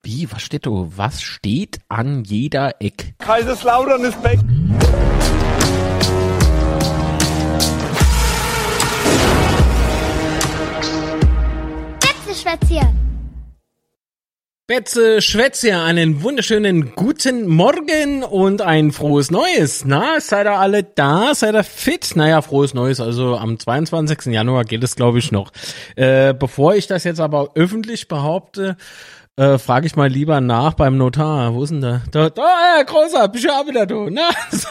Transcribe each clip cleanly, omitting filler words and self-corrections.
Wie, was steht da? Was steht an jeder Ecke? Kaiserslautern ist weg. Betze Schwätze, einen wunderschönen guten Morgen und ein frohes Neues. Na, seid ihr alle da? Seid ihr fit? Naja, frohes Neues. Also am 22. Januar geht es, glaube ich, noch. Bevor ich das jetzt aber öffentlich behaupte, frage ich mal lieber nach beim Notar. Wo ist denn der? Da, Herr Großer, bist du ja auch wieder da. Na?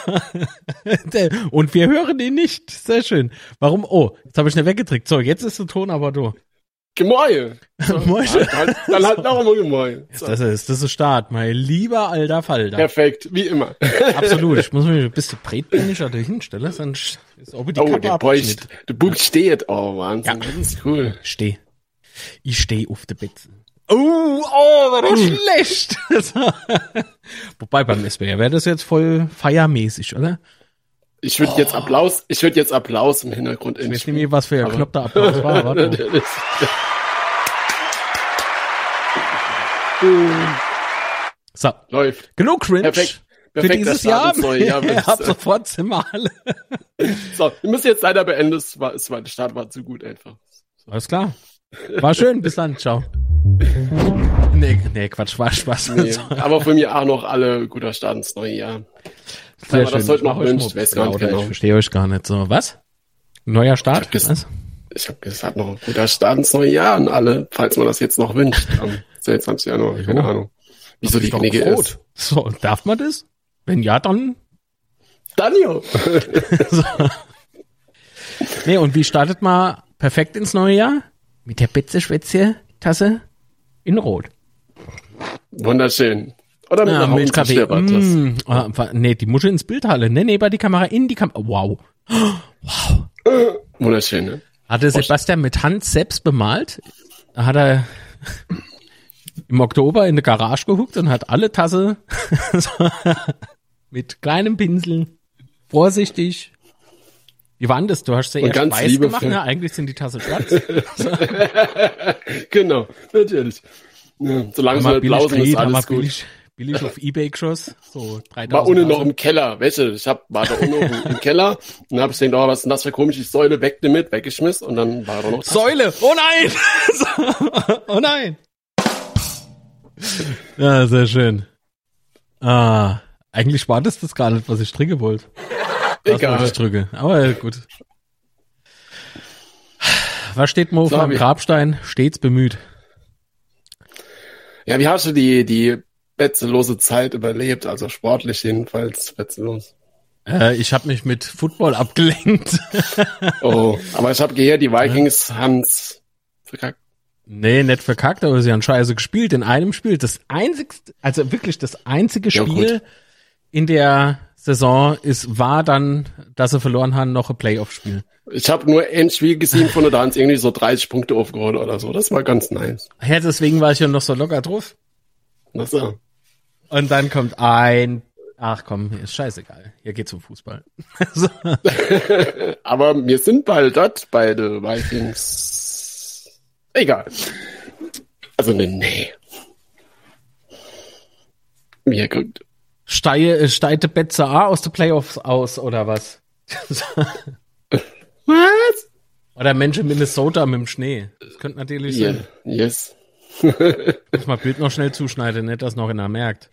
Und wir hören ihn nicht. Sehr schön. Warum? Oh, jetzt habe ich nicht weggedrückt. So, jetzt ist der Ton aber da. Gemäue. So, dann halt noch einmal Gemäue. So. Das ist Start, mein lieber alter Falter. Perfekt, wie immer. Absolut, ich muss mich ein bisschen breitbändiger da hinstellen, sonst ist auch die Kappe abgeschnitten. Der Bub steht, oh Wahnsinn, ja. Das ist cool. Ich steh auf der Betze. War das schlecht. Wobei beim SWR wäre das jetzt voll feiermäßig, oder? Ich würde jetzt Applaus im Hintergrund einspielen. Ich weiß nicht, was für ein bekloppter Applaus war. Warte. So, läuft. Genug Cringe. Perfekt für dieses Jahr. Ab Ja, sofort sind wir alle. So, wir müssen jetzt leider beenden. Der Start war zu gut einfach. Alles klar. War schön. Bis dann. Ciao. Nee, Quatsch, war Spaß. Nee, aber von mir auch noch alle guter Start ins neue Jahr. Sehr schön. Das sollte noch wünscht. Weiß gar nicht genau. Ich verstehe euch gar nicht so. Was? Neuer Start? Ich habe gesagt, noch ein guter Start ins neue Jahr an alle, falls man das jetzt noch wünscht. Am 22. Januar, keine Ahnung. Wieso die Knigge ist. So, darf man das? Wenn ja, dann. Daniel! So. Nee, und wie startet man perfekt ins neue Jahr? Mit der Betze-Schwätze-Tasse in Rot. Wunderschön. Oder mit einer Milchkaffee. Nee, die Muschel ins Bild halten. Nee, bei die Kamera in die Kamera. Wow. Wunderschön, ne? Hatte Sebastian mit Hand selbst bemalt. Hat er im Oktober in der Garage gehuckt und hat alle Tasse mit kleinem Pinsel vorsichtig. Wie war das? Du hast sie erst weiß gemacht, ne? Eigentlich sind die Tasse schwarz. Genau, natürlich. Ja, solange es blau sind, ist alles gut. Billig auf Ebay geschossen, so 3.000. War unten noch im Keller, weißt du, war da unten im Keller und hab ich gedacht, was ist denn das für komische Säule, weg damit, weggeschmissen und dann war da noch Säule, oh nein! Oh nein! Ja, sehr schön. Eigentlich war das gar nicht, was ich drücken wollte. Egal. Was ich drücke, aber gut. Was steht Mo am Grabstein? Stets bemüht. Ja, wie hast du die betzelose Zeit überlebt, also sportlich jedenfalls betzellos? Ich habe mich mit Football abgelenkt. Oh, aber ich habe gehört, die Vikings haben's verkackt. Nee, nicht verkackt, aber sie haben scheiße gespielt. In einem Spiel, das einzige Spiel in der Saison war dann, dass sie verloren haben, noch ein Playoff-Spiel. Ich habe nur ein Spiel gesehen von da haben sie irgendwie so 30 Punkte aufgeholt oder so. Das war ganz nice. Ja, deswegen war ich ja noch so locker drauf. Ach so. Und dann kommt ach komm, ist scheißegal. Hier geht's um Fußball. So. Aber wir sind bald dort bei den Vikings. Egal. Also nee. Mir guckt. Steigte Betze A aus den Playoffs aus, oder was? Was? Oder Mensch in Minnesota mit dem Schnee. Das könnte natürlich sein. Yes. Muss mal Bild noch schnell zuschneiden, nicht, dass noch einer merkt.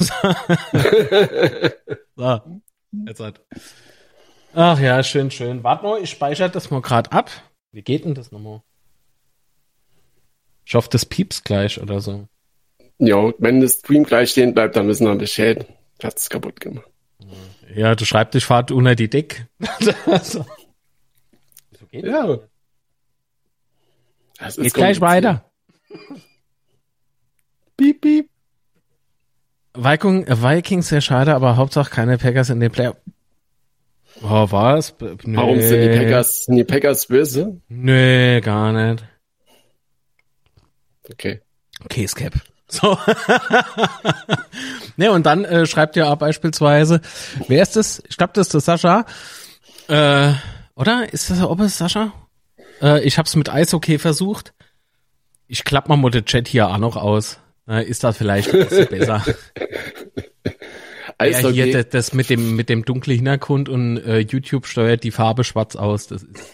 So, jetzt halt. Ach ja, schön. Warte mal, ich speichere das mal gerade ab. Wie geht denn das nochmal? Ich hoffe, das piepst gleich oder so. Jo, wenn das Stream gleich stehen bleibt, dann müssen wir Bescheid. Hat's kaputt gemacht. Ja, du Schreibtisch fahrt unter die Deck. So. So geht ja. Das geht gleich weiter. Piep, piep. Vikings sehr schade, aber Hauptsache keine Packers in den Playoffs. Oh, was? Nee. Warum sind die Packers böse? Nee, gar nicht. Okay. Case Cap. So. Ne, und dann schreibt ja auch beispielsweise, wer ist das? Ich glaube, das ist der Sascha. Oder? Ist das Sascha? Ich hab's mit Eishockey versucht. Ich klapp mal den Chat hier auch noch aus. ist das vielleicht ein bisschen besser. Ja, hier das mit dem dunklen Hintergrund und YouTube steuert die Farbe schwarz aus. Das ist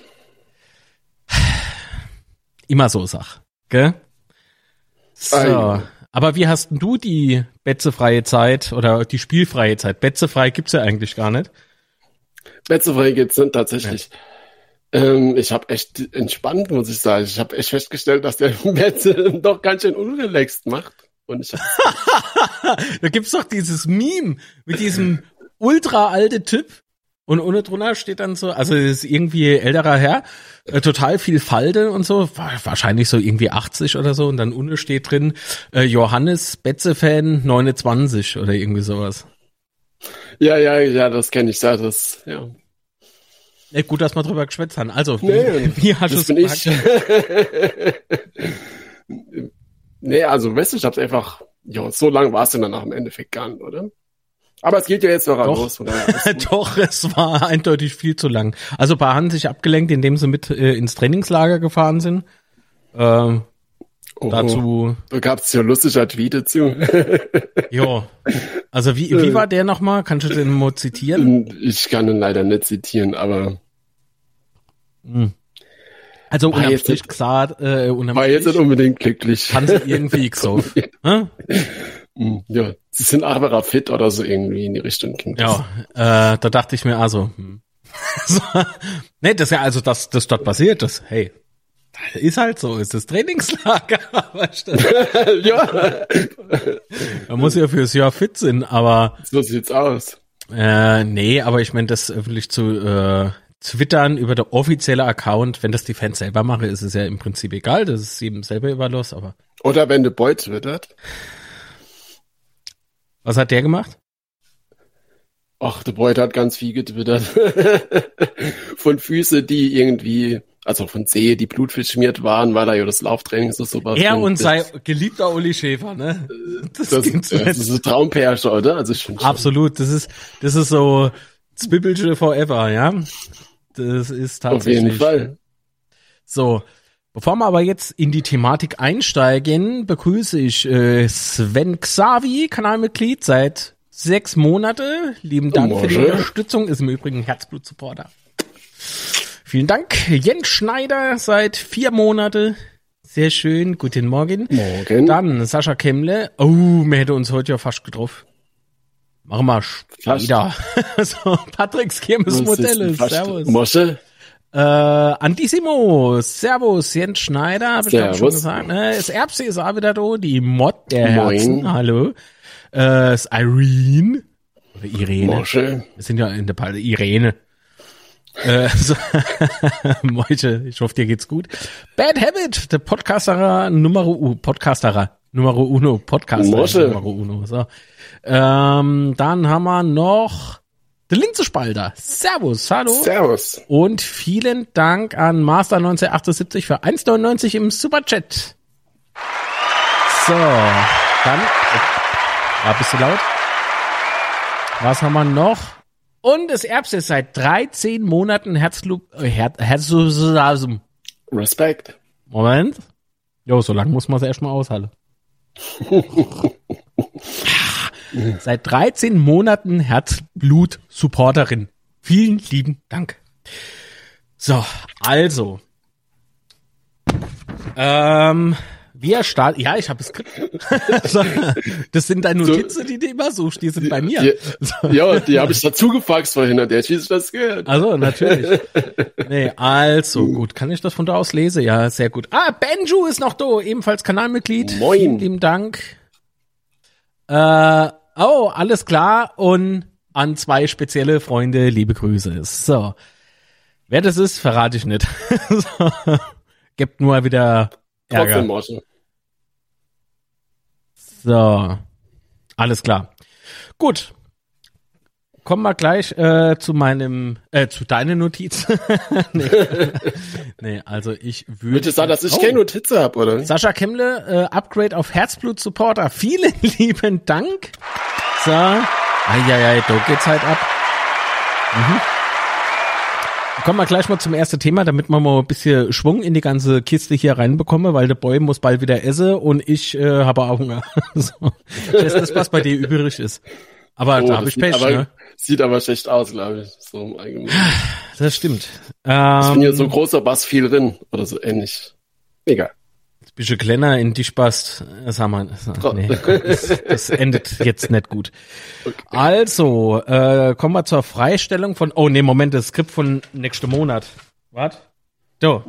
immer so Sache, gell? So. Aber wie hast denn du die betzefreie Zeit oder die spielfreie Zeit? Betzefrei gibt's ja eigentlich gar nicht. Betzefrei gibt's nicht tatsächlich. Ja. Ich habe echt entspannt, muss ich sagen. Ich habe echt festgestellt, dass der Betze doch ganz schön unrelaxed macht. Und ich da gibt's doch dieses Meme mit diesem ultra alte Typ. Und unten drunter steht dann so, also das ist irgendwie älterer Herr, total viel Falte und so, wahrscheinlich so irgendwie 80 oder so. Und dann unten steht drin, Johannes Betze-Fan 29 oder irgendwie sowas. Ja, das kenne ich, ja. Ja, gut, dass wir drüber geschwätzt haben. Also, wie hast du es gemacht? Nee, also weißt du, ich hab's einfach, so lang war es denn dann nach im Endeffekt gar nicht, oder? Aber es geht ja jetzt noch los. Von daher Doch, es war eindeutig viel zu lang. Also ein paar haben sich abgelenkt, indem sie mit ins Trainingslager gefahren sind. Dazu. Da gab's ja lustige Tweet dazu. Ja. Also wie war der nochmal? Kannst du den mal zitieren? Ich kann ihn leider nicht zitieren, aber. Also unterm Strich gesagt, war jetzt nicht unbedingt glücklich. Haben sie irgendwie gesoffen. Ja, sie sind aber fit oder so irgendwie in die Richtung. Ja, da dachte ich mir also. So, ne, das ist ja also das dort passiert, das, hey, ist halt so, ist das Trainingslager. Ja. Man muss ja fürs Jahr fit sein, aber. So sieht's aus. Nee, aber ich meine, das öffentlich zu twittern über der offizielle Account, wenn das die Fans selber machen, ist es ja im Prinzip egal, das ist jedem selber überlassen, aber. Oder wenn der Boy twittert. Was hat der gemacht? Ach, der Boy hat ganz viel getwittert. Von Füße, die irgendwie, also von Zehe, die blutverschmiert waren, weil er ja das Lauftraining so super Er und sein geliebter Uli Schäfer, ne? Das ist ein Traumpärchen, oder? Also ich finde absolut, das ist so Zwiebelsche forever, ja? Das ist tatsächlich. Auf jeden Fall. So. Bevor wir aber jetzt in die Thematik einsteigen, begrüße ich Sven Xavi, Kanalmitglied seit 6 Monate. Lieben Dank für die Unterstützung, ist im Übrigen Herzblut-Supporter. Vielen Dank. Jens Schneider seit 4 Monate. Sehr schön, guten Morgen. Morgen. Dann Sascha Kemmle. Oh, wir hätten uns heute ja fast getroffen. Machen wir später. So, Patricks Kirmesmodelle. Servus. Mosche. Antissimo, Servus, Jens Schneider, hab ich gerade schon gesagt. Das Erbse ist auch wieder da, die Mod der Herzen, hallo. Das Irene, oder Irene. Mosche. Wir sind ja in der Palette, Irene. Moiche, ich hoffe, dir geht's gut. Bad Habit, der Podcaster Nummer uno. So. Dann haben wir noch der Linzespalter. Servus, hallo. Servus. Und vielen Dank an Master 1978 für 1,99 im Superchat. So, dann, war ein bisschen laut. Was haben wir noch? Und das Erbse ist seit 13 Monaten Respekt. Moment. Jo, so lange muss man es erstmal aushalten. Seit 13 Monaten Herzblut-Supporterin. Vielen lieben Dank. So, also. Wir starten. Ja, ich habe es Skript. Das sind deine Notizen, die du immer suchst, die sind bei mir. Ja, die habe ich dazu gefaxt vorhin, der hat das gehört. Also, natürlich. Nee, also, gut. Kann ich das von da aus lesen? Ja, sehr gut. Benju ist noch da, ebenfalls Kanalmitglied. Moin. Vielen lieben Dank. Alles klar. Und an 2 spezielle Freunde, liebe Grüße. So. Wer das ist, verrate ich nicht. So. Gibt nur wieder Ärger. So. Alles klar. Gut. Kommen wir gleich zu deiner Notiz. Nee, also ich würde... Bitte sagen, dass ich keine Notiz habe, oder? Sascha Kemmle, Upgrade auf Herzblut-Supporter. Vielen lieben Dank. So. Da geht's halt ab. Kommen wir gleich mal zum ersten Thema, damit wir mal ein bisschen Schwung in die ganze Kiste hier reinbekommen, weil der Boy muss bald wieder essen und ich habe auch Hunger. So. Das ist das, was bei dir übrig ist. Aber da habe ich Pech, ne? Sieht aber schlecht aus, glaube ich, so im Allgemeinen. Das stimmt. Ich bin ja so großer Bass viel drin oder so ähnlich. Egal. Ein bisschen kleiner in dich passt. Das haben wir. Nee, das endet jetzt nicht gut. Okay. Also, kommen wir zur Freistellung von. Oh nee, Moment, das Skript von nächsten Monat. Was? So.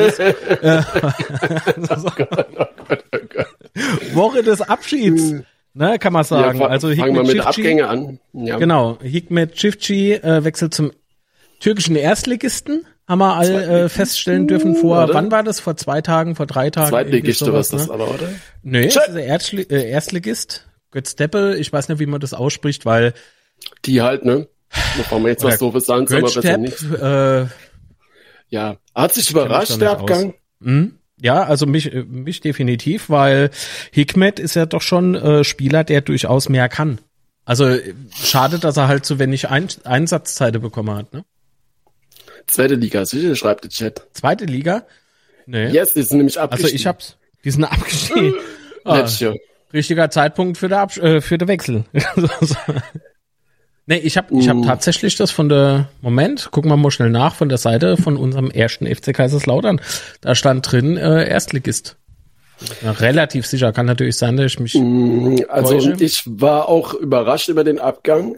Woche des Abschieds. Ne, kann man sagen. Ja, also fangen wir mit Abgänge an. Ja. Genau. Hikmet Çiftçi wechselt zum türkischen Erstligisten. Haben wir alle feststellen dürfen vor, wann war das? Vor 2 Tagen, vor 3 Tagen? Zweitligist was das aber, oder? Nee, das ist der Erstligist. Götztepe, ich weiß nicht, wie man das ausspricht, weil... Die halt, ne? Da brauchen wir jetzt was Doofes sagen, aber besser nicht. Ja, hat sich überrascht, der Abgang? Ja, also mich definitiv, weil Hikmet ist ja doch schon Spieler, der durchaus mehr kann. Also schade, dass er halt so wenig Einsatzzeiten bekommen hat, ne? Zweite Liga, sicher, schreibt der Chat. Zweite Liga? Nee. Yes, die sind nämlich abgestiegen. Also ich hab's. Die sind abgestiegen. Richtiger Zeitpunkt für den Wechsel. Nee, ich hab tatsächlich das von der, Moment, gucken wir mal schnell nach, von der Seite von unserem ersten FC Kaiserslautern. Da stand drin, Erstligist. Ja, relativ sicher, kann natürlich sein, dass ich mich Also täusche. Ich war auch überrascht über den Abgang.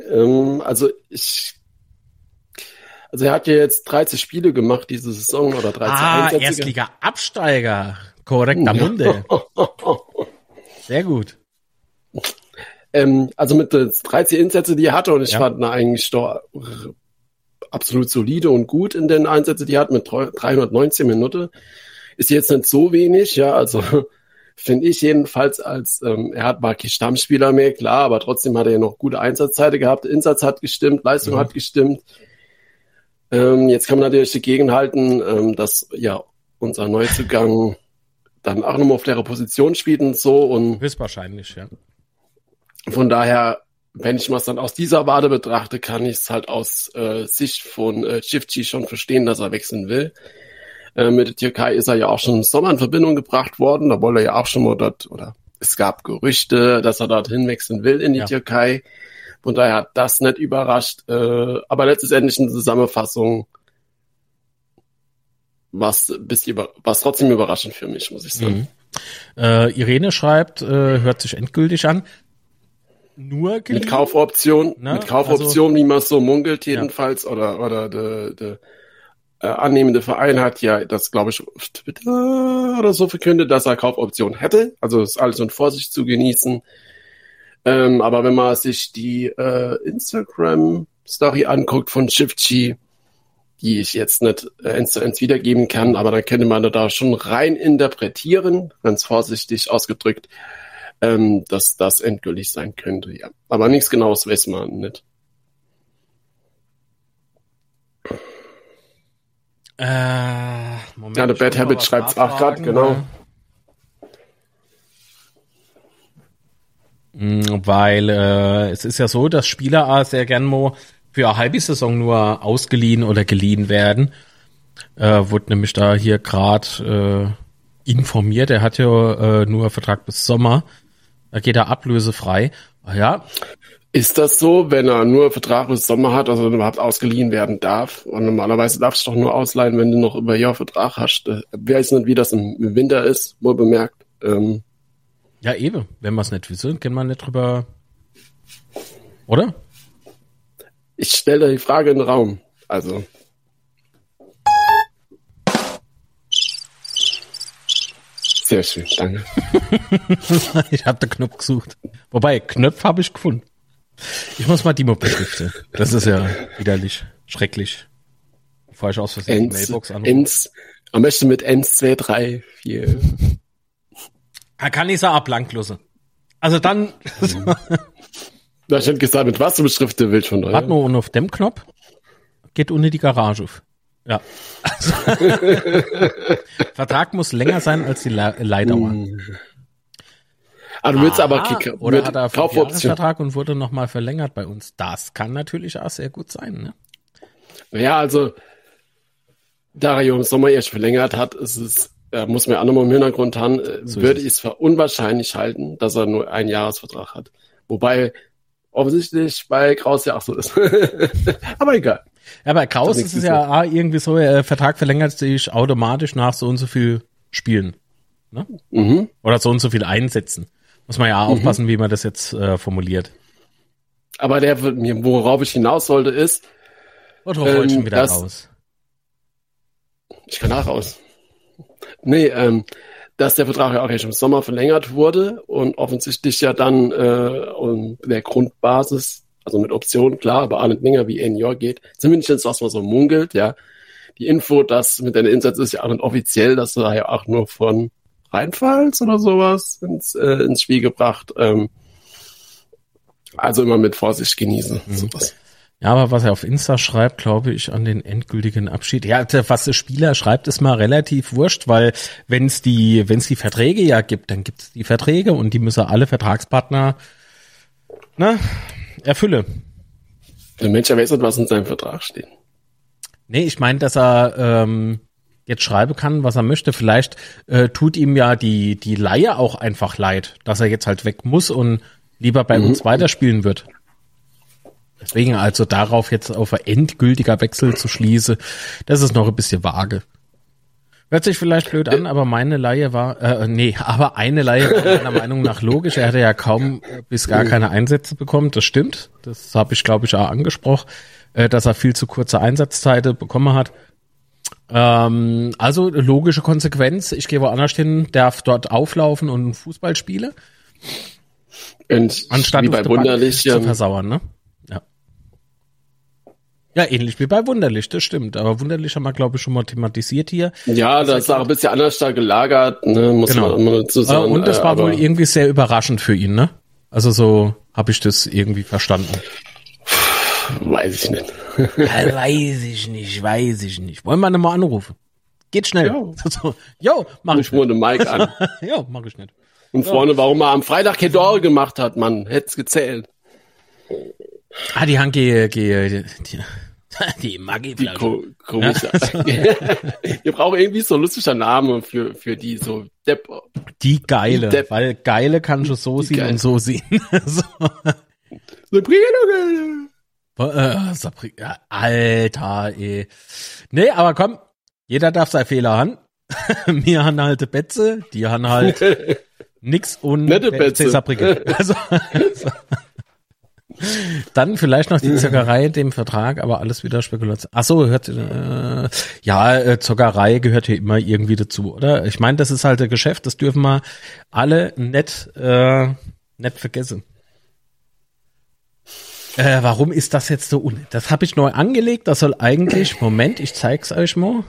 Also er hat ja jetzt 30 Spiele gemacht diese Saison oder 13 Einsätze. Erstliga-Absteiger. Korrekter Munde. Sehr gut. Also mit 13 Einsätze, die er hatte, und ich fand ihn eigentlich doch absolut solide und gut in den Einsätzen, die er hat mit 319 Minuten. Ist jetzt nicht so wenig, ja, also finde ich jedenfalls als, war kein Stammspieler mehr, klar, aber trotzdem hat er ja noch gute Einsatzzeiten gehabt. Einsatz hat gestimmt, Leistung hat gestimmt. Jetzt kann man natürlich dagegen halten, dass ja unser Neuzugang dann auch nochmal auf der Position spielt und so. Und höchstwahrscheinlich, ja. Von daher, wenn ich es dann aus dieser Warte betrachte, kann ich es halt aus Sicht von Çiftçi schon verstehen, dass er wechseln will. Mit der Türkei ist er ja auch schon im Sommer in Verbindung gebracht worden. Da wollte er ja auch schon mal dort, oder es gab Gerüchte, dass er dorthin wechseln will in die Türkei. Von daher hat das nicht überrascht. Aber letztendlich eine Zusammenfassung, was trotzdem überraschend für mich, muss ich sagen. Irene schreibt, hört sich endgültig an. Nur geliehen? Mit Kaufoption, wie man es so munkelt jedenfalls, oder der annehmende Verein hat ja das, glaube ich, auf Twitter oder so verkündet, dass er Kaufoption hätte. Also ist alles in Vorsicht zu genießen. Aber wenn man sich die Instagram-Story anguckt von Çiftçi, die ich jetzt nicht 1:1 wiedergeben kann, aber dann könnte man da schon rein interpretieren, ganz vorsichtig ausgedrückt, dass das endgültig sein könnte, ja. Aber nichts Genaues weiß man nicht. Moment, ja, der Bad Habit schreibt es auch gerade, genau. Weil es ist ja so, dass Spieler sehr gern mal für eine halbe Saison nur ausgeliehen oder geliehen werden. Wurde nämlich da hier gerade informiert, er hat ja nur einen Vertrag bis Sommer. Da geht er ablösefrei. Ja. Ist das so, wenn er nur einen Vertrag bis Sommer hat, also überhaupt ausgeliehen werden darf? Und normalerweise darfst du doch nur ausleihen, wenn du noch über ein Jahr Vertrag hast. Weiß nicht, wie das im Winter ist, wohl bemerkt. Ja, eben. Wenn wir es nicht wissen, können wir nicht drüber, oder? Ich stelle die Frage in den Raum. Also. Sehr schön, danke. Ich habe den Knopf gesucht. Wobei, Knöpfe habe ich gefunden. Ich muss mal Dimo beschriften. Das ist ja widerlich, schrecklich. Bevor ich aus Versehen die Mailbox anrufe. Am besten mit 1, 2, 3, 4. Da kann ich sagen, blank lassen. Also dann. Da ich hätte gesagt, mit was du beschriften willst von daher. Warte mal, und auf dem Knopf geht unten die Garage auf. Ja. Also, Vertrag muss länger sein als die Leihdauer. Ah, du willst aber oder hat er einen Jahresvertrag und wurde nochmal verlängert bei uns. Das kann natürlich auch sehr gut sein, ne? Naja, also Dario im Sommer erst verlängert hat, muss man ja auch nochmal im Hintergrund haben, würde ich es für unwahrscheinlich halten, dass er nur einen Jahresvertrag hat. Wobei offensichtlich bei Kraus ja auch so ist. Aber egal. Ja, bei Kraus ist es ja irgendwie so, Vertrag verlängert sich automatisch nach so und so viel Spielen. Ne? Mhm. Oder so und so viel Einsätzen. Muss man ja aufpassen, wie man das jetzt formuliert. Aber worauf ich hinaus sollte, ist... Oder wollte ich schon wieder raus? Ich kann auch raus. Nee, dass der Vertrag ja auch erst im Sommer verlängert wurde und offensichtlich ja dann um der Grundbasis, also mit Optionen, klar, aber auch nicht länger wie ein Jahr geht. Zumindest was man so munkelt, ja. Die Info, dass mit den Insätzen ist ja auch nicht offiziell, dass du da ja auch nur von Rheinpfalz oder sowas ins Spiel gebracht. Also immer mit Vorsicht genießen. Sowas. Ja, aber was er auf Insta schreibt, glaube ich, an den endgültigen Abschied. Ja, was der Spieler schreibt, ist mal relativ wurscht, weil wenn es die Verträge ja gibt, dann gibt es die Verträge und die müssen alle Vertragspartner erfüllen. Der Mensch weiß nicht, was in seinem Vertrag steht. Nee, ich meine, dass er jetzt schreiben kann, was er möchte. Vielleicht tut ihm ja die Leihe auch einfach leid, dass er jetzt halt weg muss und lieber bei uns weiterspielen wird. Deswegen also darauf jetzt auf ein endgültiger Wechsel zu schließen, das ist noch ein bisschen vage. Hört sich vielleicht blöd an, aber meine Leihe war, aber eine Leihe war meiner Meinung nach logisch. Er hatte ja kaum bis gar keine Einsätze bekommen, das stimmt. Das habe ich, glaube ich, auch angesprochen, dass er viel zu kurze Einsatzzeiten bekommen hat. Also logische Konsequenz, ich gehe woanders hin, darf dort auflaufen und Fußball spielen. Anstatt wie bei Wunderlich zu versauern, ne? Ja, ähnlich wie bei Wunderlich, das stimmt. Aber Wunderlich haben wir, glaube ich, schon mal thematisiert hier. Ja, das ist auch ein bisschen anders da gelagert, ne, muss man immer dazu sagen. Und das war wohl irgendwie sehr überraschend für ihn, ne? Also so habe ich das irgendwie verstanden. Weiß ich nicht. Weiß ich nicht. Wollen wir nochmal anrufen? Geht schnell. Jo, mach ich. Ich wurde Mike an. Jo, mach ich nicht. Und vorne, warum er am Freitag Kedor gemacht hat, man, hätt's gezählt. Die haben die Magieflasche. Komisch. Wir brauchen irgendwie so lustige Namen für die, so Depp. Die Geile, weil Geile kann schon so sehen und so sehen. So. Sabrina. Alter, ey. Nee, aber komm, jeder darf seinen Fehler haben. Wir haben halt Betze, die haben halt nix und Sabrina. Also. Dann vielleicht noch die Zockerei dem Vertrag, aber alles wieder Spekulation. Ach so, Zockerei gehört hier immer irgendwie dazu, oder? Ich meine, das ist halt ein Geschäft, das dürfen wir alle nicht vergessen. Warum ist das jetzt so Das habe ich neu angelegt, das soll eigentlich, Moment, ich zeig's euch mal.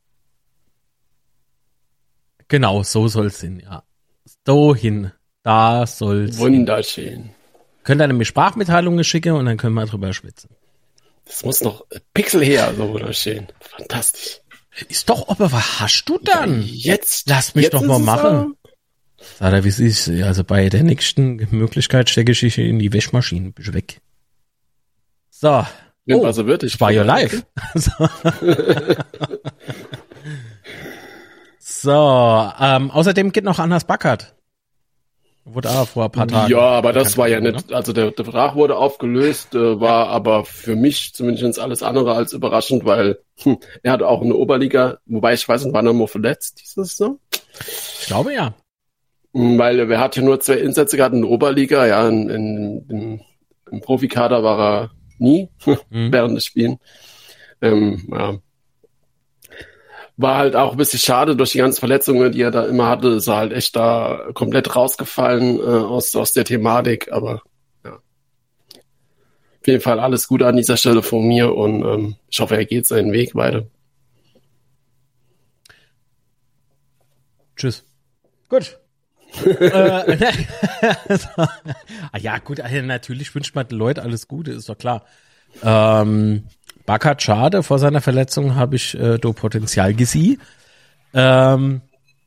Genau, so soll's hin, ja. So hin, da soll's wunderschön hin. Könnt ihr nämlich Sprachmitteilungen schicken und dann können wir drüber schwitzen. Das muss noch Pixel her, so wunderschön. Fantastisch. Ist doch, aber was hast du dann? Ja, jetzt. Lass mich doch mal machen. Sag er, wie es ist. Also bei der nächsten Möglichkeit stecke ich in die Wäschmaschine. Bist weg. So. Also wird ich war ja live. So. Außerdem geht noch Anders Backert. Wurde auch vor ein paar Tagen. Ja, aber das war ja nicht, also der Vertrag wurde aufgelöst, war aber für mich zumindest alles andere als überraschend, weil er hat auch eine Oberliga, wobei ich weiß nicht, war er nur verletzt dieses so? Ich glaube ja. Weil er hat ja nur 2 Einsätze gehabt in der Oberliga, ja, im Profikader war er nie während des Spielen. Ja. War halt auch ein bisschen schade durch die ganzen Verletzungen, die er da immer hatte. Ist er halt echt da komplett rausgefallen aus der Thematik. Aber ja, auf jeden Fall alles Gute an dieser Stelle von mir und ich hoffe, er geht seinen Weg weiter. Tschüss. Gut. Ja, gut, natürlich wünscht man den Leuten alles Gute, ist doch klar. Backert schade, vor seiner Verletzung habe ich do Potenzial gesehen. Also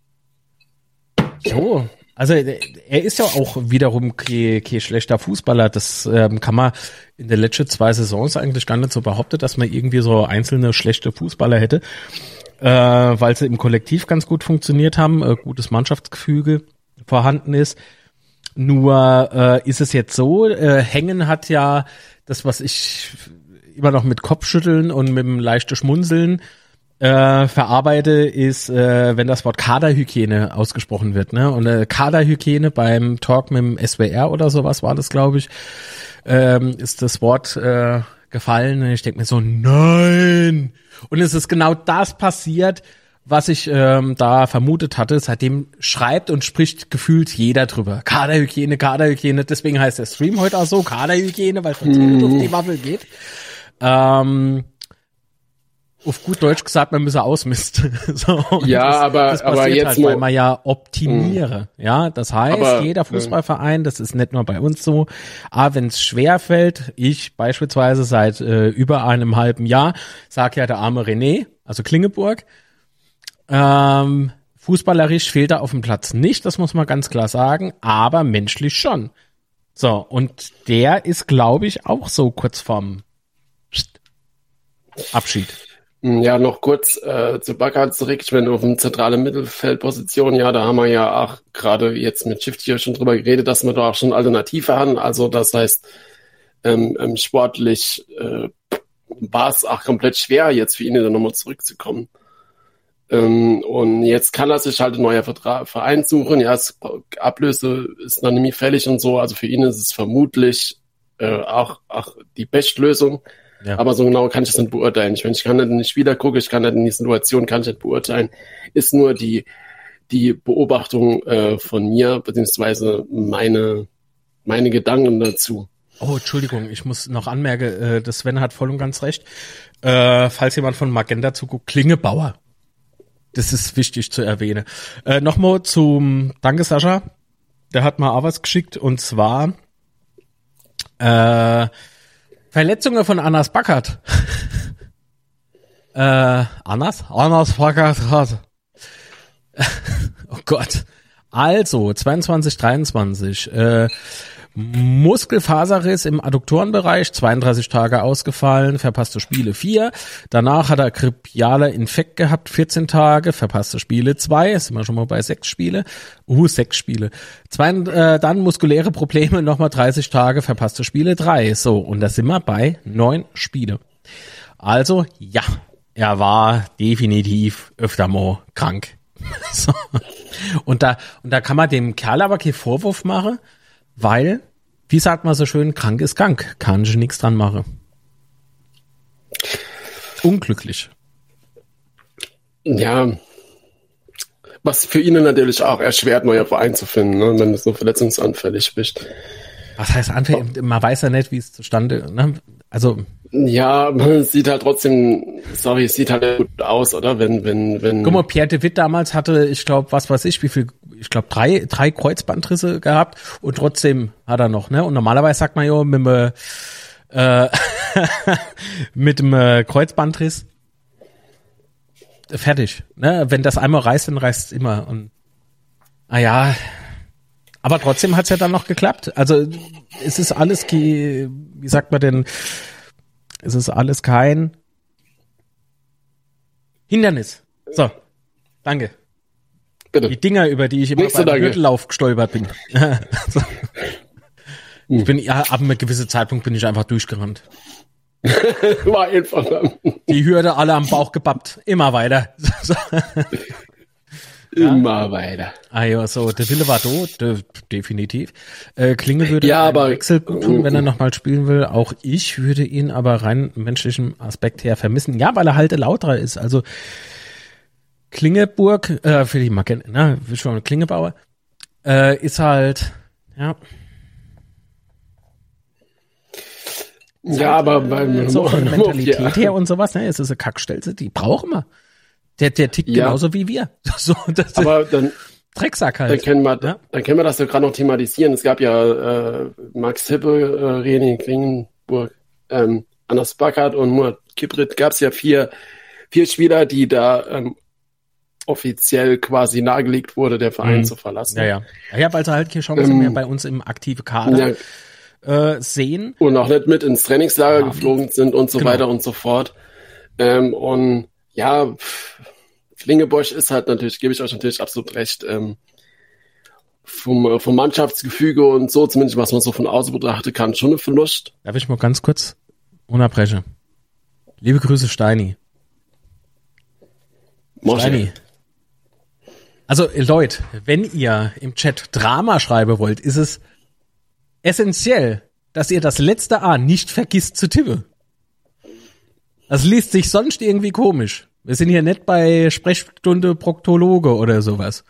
er ist ja auch wiederum kein schlechter Fußballer. Das kann man in den letzten 2 Saisons eigentlich gar nicht so behaupten, dass man irgendwie so einzelne schlechte Fußballer hätte. weil sie im Kollektiv ganz gut funktioniert haben, gutes Mannschaftsgefüge vorhanden ist. Nur ist es jetzt so, Hängen hat ja das, was ich immer noch mit Kopfschütteln und mit einem leichten Schmunzeln verarbeite, ist, wenn das Wort Kaderhygiene ausgesprochen wird, ne? Und Kaderhygiene beim Talk mit dem SWR oder sowas war das, glaube ich, ist das Wort gefallen. Und ich denke mir so, nein! Und es ist genau das passiert, was ich da vermutet hatte. Seitdem schreibt und spricht gefühlt jeder drüber. Kaderhygiene, Kaderhygiene. Deswegen heißt der Stream heute auch so, Kaderhygiene, weil es uns auf die Waffel geht. Auf gut Deutsch gesagt, man müsse ausmisten. So, ja, das aber jetzt halt, weil man ja optimiere. Ja, das heißt, jeder Fußballverein, das ist nicht nur bei uns so, wenn es schwer fällt, ich beispielsweise seit über einem halben Jahr, sag ja der arme René, also Klingeburg, fußballerisch fehlt er auf dem Platz nicht, das muss man ganz klar sagen, aber menschlich schon. So, und der ist, glaube ich, auch so kurz vorm Abschied. Ja, noch kurz zu Bakker zurück. Ich meine, auf dem zentralen Mittelfeldposition, ja, da haben wir ja auch gerade jetzt mit Shift hier schon drüber geredet, dass wir da auch schon Alternative haben. Also das heißt, sportlich war es auch komplett schwer, jetzt für ihn da nochmal zurückzukommen. Und jetzt kann er sich halt ein neuer Verein suchen. Ja, Ablöse ist dann nämlich fällig und so. Also für ihn ist es vermutlich auch die Bestlösung. Ja. Aber so genau kann ich das nicht beurteilen. Ich kann nicht in die Spieler gucken, ich kann nicht in die Situation, kann ich nicht beurteilen. Ist nur die Beobachtung von mir, beziehungsweise meine Gedanken dazu. Oh, Entschuldigung, ich muss noch anmerken, das Sven hat voll und ganz recht. Falls jemand von Magenta zuguckt, Klingebauer. Das ist wichtig zu erwähnen. Nochmal zum Danke, Sascha. Der hat mal auch was geschickt, und zwar Verletzungen von Anas Bakkert. Anas Bakkert hat. Oh Gott. Also, 22, 23. Muskelfaserriss im Adduktorenbereich, 32 Tage ausgefallen, verpasste Spiele 4. Danach hat er gripialer Infekt gehabt, 14 Tage, verpasste Spiele 2. Sind wir schon mal bei 6 Spiele. 6 Spiele. Dann muskuläre Probleme, nochmal 30 Tage, verpasste Spiele 3. So, und da sind wir bei 9 Spiele. Also, ja, er war definitiv öfter mal krank. So. Und da kann man dem Kerl aber keinen Vorwurf machen, weil, wie sagt man so schön, krank ist krank, kann ich nichts dran machen. Unglücklich. Ja, was für ihn natürlich auch erschwert, neuer Verein zu finden, ne, wenn du so verletzungsanfällig bist. Was heißt anfällig? Man weiß ja nicht, wie es zustande, ne? Also. Ja, man sieht halt trotzdem, es sieht halt gut aus, oder? Wenn. Guck mal, Pierre de Witt damals hatte, ich glaube, was weiß ich, ich glaube, drei Kreuzbandrisse gehabt, und trotzdem hat er noch, ne? Und normalerweise sagt man ja, mit dem Kreuzbandriss fertig, ne? Wenn das einmal reißt, dann reißt es immer. Und ja, aber trotzdem hat's ja dann noch geklappt. Also es ist alles, wie sagt man denn, es ist alles kein Hindernis. So, danke. Bitte. Die Dinger, über die ich immer beim Gürtellauf gestolpert bin. So. Ich bin, ab einem gewissen Zeitpunkt bin ich einfach durchgerannt. War einfach dann. Die Hürde alle am Bauch gebappt. Immer weiter. So. Immer weiter. Ja, so, der Wille war da, definitiv. Klinge würde aber Wechsel gut tun, wenn er nochmal spielen will. Auch ich würde ihn aber rein menschlichem Aspekt her vermissen. Ja, weil er halt lauter ist. Also Klingeburg, für die Magenta, ne, schon Klingebauer, ist halt, ja. Ja, aber beim so von der Mentalität her und sowas, ne, es ist eine Kackstelze, die brauchen wir. Der tickt genauso wie wir. So, das aber dann Drecksack halt. Dann können wir das ja gerade noch thematisieren. Es gab ja Max Hippe, René Klingenburg, Anas Bakkert und Murat Kibrit. Gab es ja vier Spieler, die da offiziell quasi nahegelegt wurde, der Verein zu verlassen. Ja, weil sie halt keine Chance mehr bei uns im aktiven Kader sehen. Und auch nicht mit ins Trainingslager geflogen sind und so weiter und so fort. Und ja, Klingelbosch ist halt natürlich, gebe ich euch natürlich absolut recht, vom Mannschaftsgefüge und so, zumindest was man so von außen betrachtet kann, schon eine Verlust. Darf ich mal ganz kurz unterbrechen? Liebe Grüße, Steini. Steini. Also Leute, wenn ihr im Chat Drama schreiben wollt, ist es essentiell, dass ihr das letzte A nicht vergisst zu tippen. Das liest sich sonst irgendwie komisch. Wir sind hier nicht bei Sprechstunde Proktologe oder sowas.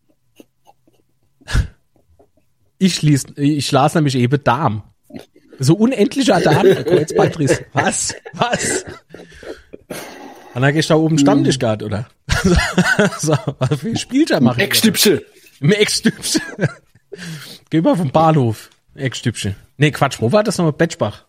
Ich las nämlich eben Darm. So unendlicher Darm-Kreuzbandriss. Was? Und dann gehst du da oben Stammtisch gehabt, oder? So, was für Spieltag machen? Eckstübchen. Geh mal vom Bahnhof. Eckstübchen. Nee, Quatsch, wo war das nochmal? Betschbach.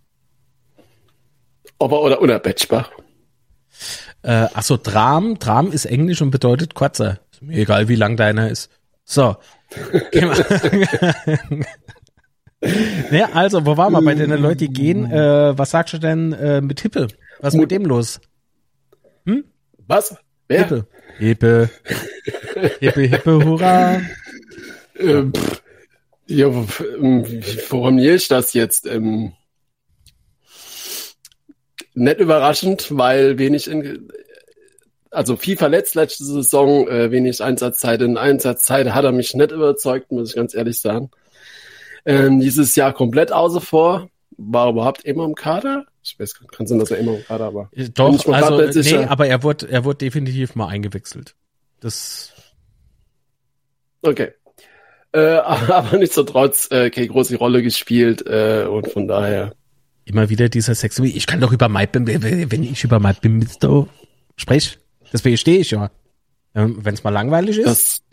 Oder Betschbach. Achso, Dram ist Englisch und bedeutet kurzer. Ist mir egal, wie lang deiner ist. So. Geh mal. Ne, also, wo waren wir bei den Leuten, die gehen? Was sagst du denn mit Hippe? Was ist mit dem los? Was? Wer? Hippe, hurra. Ja, wie formuliere ich das jetzt? Nicht überraschend, weil also viel verletzt letzte Saison, wenig Einsatzzeit. In Einsatzzeit hat er mich nicht überzeugt, muss ich ganz ehrlich sagen. Dieses Jahr komplett außer vor, war überhaupt immer im Kader. Ich weiß, kann sein, dass er immer im Kader war. Doch, also, nee, aber er wurde definitiv mal eingewechselt. Das. Okay. Aber nichtsdestotrotz, keine große Rolle gespielt, und von daher. Immer wieder dieser Sex. Ich kann doch über Maipim, wenn ich über Maipim spreche, deswegen stehe ich ja. Wenn es mal langweilig ist.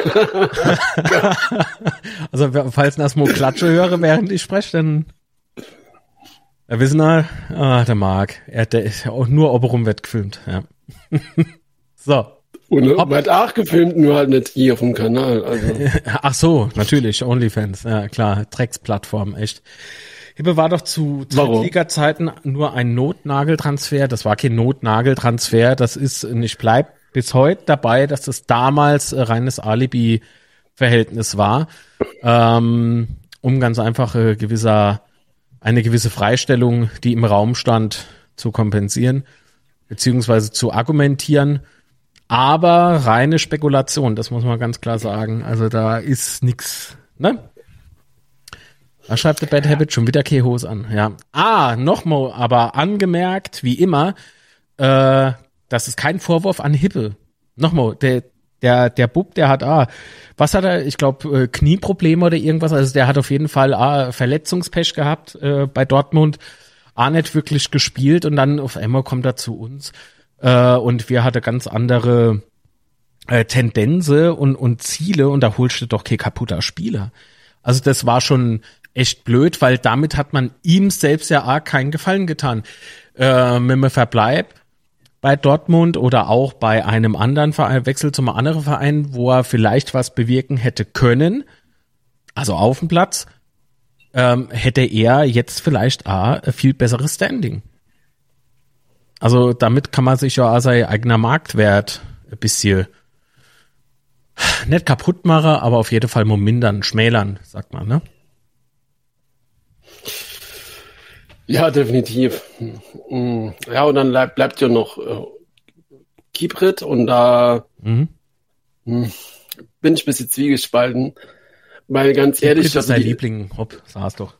Also, falls ich Asmo Klatsche höre, während ich spreche, dann wissen wir, der Marc, der ist ja auch nur oberum wird gefilmt, ja. So. Und wird auch gefilmt, nur halt nicht hier auf dem Kanal, also. Ach so, natürlich, OnlyFans, ja klar, Drecksplattform, echt. Hippe war doch zu Drittliga-Zeiten nur ein Notnageltransfer. Das war kein Notnageltransfer. Das ist, und ich bleib bis heute dabei, dass das damals reines Alibi-Verhältnis war, um ganz einfach eine gewisse Freistellung, die im Raum stand, zu kompensieren, beziehungsweise zu argumentieren. Aber reine Spekulation, das muss man ganz klar sagen. Also da ist nix, ne? Da schreibt The Bad Habit schon wieder keine Hose an, ja. Nochmal, aber angemerkt, wie immer, das ist kein Vorwurf an Hippe. Nochmal, der Bub, der hat, was hat er? Ich glaube, Knieprobleme oder irgendwas. Also der hat auf jeden Fall Verletzungspech gehabt bei Dortmund. Nicht wirklich gespielt und dann auf einmal kommt er zu uns. Und wir hatten ganz andere Tendenzen und Ziele und da holst du doch kein kaputter Spieler. Also das war schon echt blöd, weil damit hat man ihm selbst ja keinen Gefallen getan. Mit dem Verbleib bei Dortmund oder auch bei einem anderen Verein, Wechsel zum anderen Verein, wo er vielleicht was bewirken hätte können, also auf dem Platz, hätte er jetzt vielleicht ein viel besseres Standing. Also damit kann man sich ja auch sein eigener Marktwert ein bisschen nicht kaputt machen, aber auf jeden Fall mal mindern, schmälern, sagt man, ne? Ja, definitiv. Ja, und dann bleibt ja noch Kiprit und da bin ich ein bisschen zwiegespalten, weil ganz ehrlich... Kiprit ist dein Liebling, hopp, saß doch,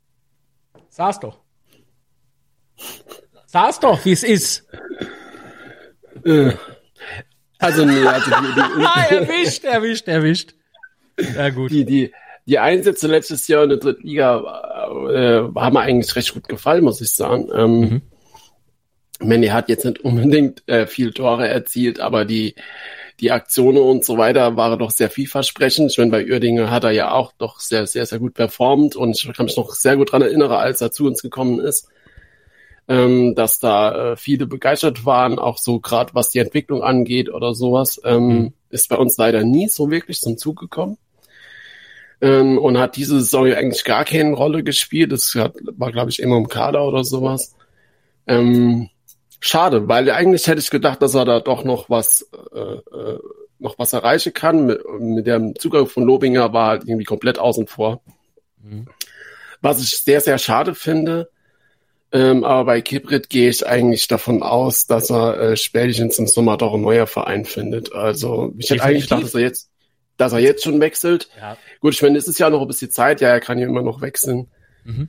wie es ist. Also nee, erwischt. Ja, gut. Die Einsätze letztes Jahr in der Drittliga haben mir eigentlich recht gut gefallen, muss ich sagen. Manny hat jetzt nicht unbedingt viel Tore erzielt, aber die Aktionen und so weiter waren doch sehr vielversprechend. Ich meine, bei Uerdingen hat er ja auch doch sehr, sehr, sehr gut performt und ich kann mich noch sehr gut dran erinnern, als er zu uns gekommen ist, dass da viele begeistert waren, auch so gerade was die Entwicklung angeht oder sowas, ist bei uns leider nie so wirklich zum Zug gekommen. Und hat diese Saison ja eigentlich gar keine Rolle gespielt. Das war, glaube ich, immer im Kader oder sowas. schade, weil eigentlich hätte ich gedacht, dass er da doch noch was erreichen kann. Mit dem Zugang von Lobinger war halt irgendwie komplett außen vor. Mhm. Was ich sehr, sehr schade finde. Aber bei Kibrit gehe ich eigentlich davon aus, dass er spätestens im Sommer doch ein neuer Verein findet. Also ich hätte eigentlich gedacht, dass er jetzt schon wechselt. Ja. Gut, ich meine, es ist ja noch ein bisschen Zeit. Ja, er kann ja immer noch wechseln. Mhm.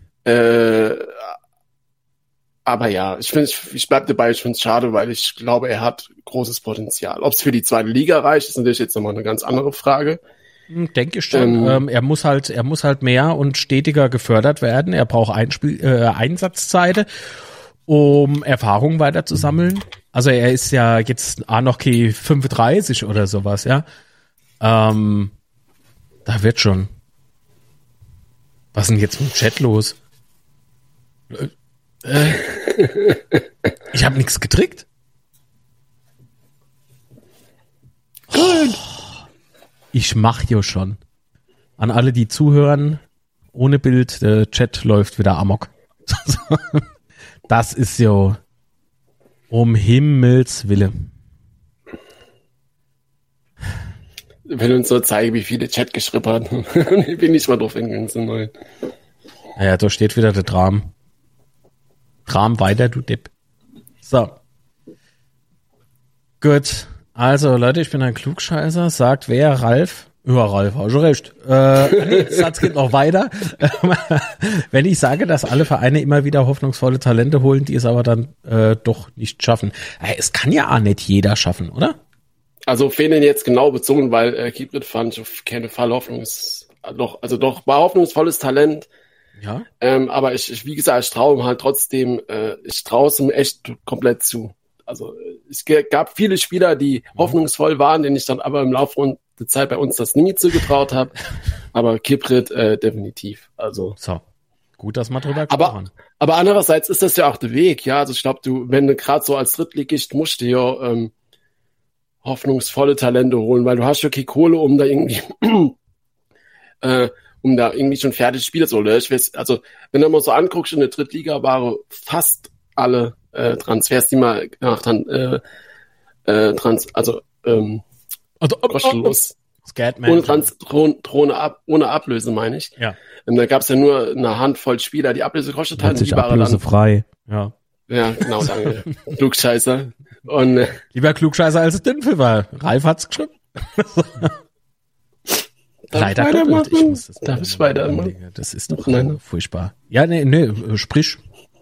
Aber ja, ich bleib dabei, ich finde es schade, weil ich glaube, er hat großes Potenzial. Ob es für die zweite Liga reicht, ist natürlich jetzt nochmal eine ganz andere Frage. Denke ich schon. Er muss halt mehr und stetiger gefördert werden. Er braucht Einsatzzeiten, um Erfahrung weiter zu sammeln. Also er ist ja jetzt noch 35 oder sowas, ja. Da wird schon. Was ist denn jetzt mit dem Chat los? Ich habe nichts getrickt. Oh, ich mach ja schon. An alle, die zuhören, ohne Bild, der Chat läuft wieder amok. Das ist ja um Himmels Willen. Ich will uns so zeigen, wie viele Chat geschrieben haben. Ich bin nicht mal drauf hingegangen. Naja, da steht wieder der Dram. Dram weiter, du Depp. So. Gut. Also, Leute, ich bin ein Klugscheißer. Sagt wer? Ralf? Ja, Ralf, hast schon recht. Nee, der Satz geht noch weiter. Wenn ich sage, dass alle Vereine immer wieder hoffnungsvolle Talente holen, die es aber dann doch nicht schaffen. Es kann ja auch nicht jeder schaffen, oder? Also, auf wen denn jetzt genau bezogen, weil Kibrit fand auf keinen Fall war hoffnungsvolles Talent. Ja. Aber ich, wie gesagt, ich traue ihm halt trotzdem, ich traue es ihm echt komplett zu. Also es gab viele Spieler, die hoffnungsvoll waren, denen ich dann aber im Laufe der Zeit bei uns das nie zugetraut habe. Aber Kibrit definitiv. Also so. Gut, dass wir drüber gesprochen haben. Aber andererseits ist das ja auch der Weg, ja. Also ich glaube, wenn du gerade so als Drittligist musst du ja hoffnungsvolle Talente holen, weil du hast ja keine Kohle, um da irgendwie schon fertig Spieler zu holen. Also wenn du mal so anguckst, in der Drittliga waren fast alle Transfers, die mal gemacht haben, kostenlos. Ohne Ablöse, meine ich. Ja. Da gab es ja nur eine Handvoll Spieler, die Ablöse gekostet haben. Die ablösefrei. Ja. Ja, genau, danke. Klugscheißer. Und, lieber Klugscheißer als es Dümpel war. Ralf hat's geschrieben. Leider doppelt. Darf ich weitermachen? Das ist doch furchtbar. Ja, nee, sprich.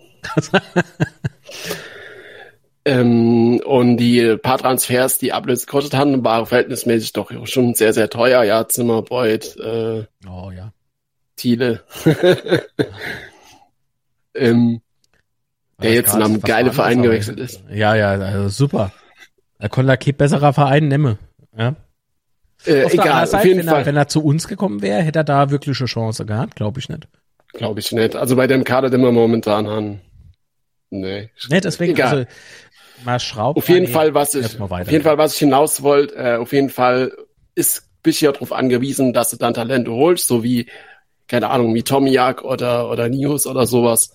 Und die paar Transfers, die Ablöse gekostet haben, waren verhältnismäßig doch schon sehr, sehr teuer. Ja, Zimmer, Beuth, ja. Thiele. Der jetzt in einem geilen Verein gewechselt ist. Ja, also super. Er konnte kein besserer Verein nehmen. Ja. Egal, auf jeden Fall. Wenn er zu uns gekommen wäre, hätte er da wirklich eine Chance gehabt? Glaube ich nicht. Glaube ich nicht. Also bei dem Kader, den wir momentan haben. Nee. Nee, deswegen, egal. Also, mal schrauben. Auf jeden Fall, was ich hinaus wollte, auf jeden Fall bist du ja darauf angewiesen, dass du dann Talente holst, so wie, keine Ahnung, wie Tomiak oder Nius oder sowas.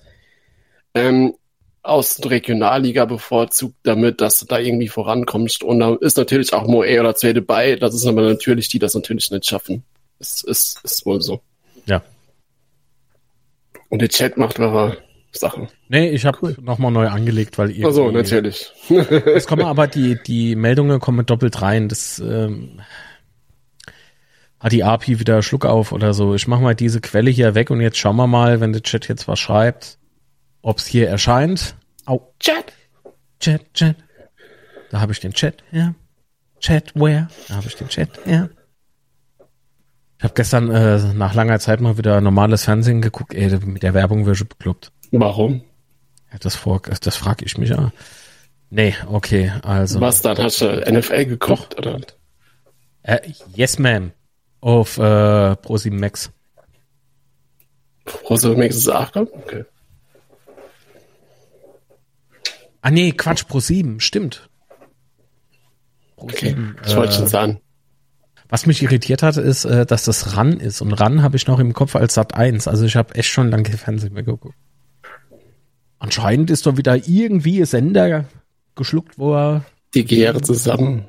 Aus der Regionalliga bevorzugt, damit, dass du da irgendwie vorankommst. Und da ist natürlich auch Moe oder Zwe dabei. Das ist aber natürlich die, das natürlich nicht schaffen. Ist wohl so. Ja. Und der Chat macht wahre Sachen. Nee, ich habe nochmal neu angelegt, weil irgendwie... Ach so, natürlich. Es kommen aber die Meldungen kommen doppelt rein. Das hat die API wieder Schluck auf oder so. Ich mache mal diese Quelle hier weg und jetzt schauen wir mal, wenn der Chat jetzt was schreibt, ob es hier erscheint. Au. Chat. Da habe ich den Chat, ja. Chat, where? Da habe ich den Chat, ja. Ich habe gestern nach langer Zeit mal wieder normales Fernsehen geguckt. Mit der Werbung wird schon bekloppt. Warum? Ja, das frage ich mich ja. Nee, okay, also. Was dann? Hast du NFL geguckt, oder? Yes, ma'am. Auf Pro7 Max. Pro7 Max ist 8, okay. Ah nee, Quatsch, Pro7, stimmt. Pro7, okay, das wollte ich schon sagen. Was mich irritiert hat, ist, dass das RAN ist. Und RAN habe ich noch im Kopf als Sat1. Also ich habe echt schon lange Fernsehen mehr geguckt. Anscheinend ist doch wieder irgendwie ein Sender geschluckt, wo er die Gehre zusammen.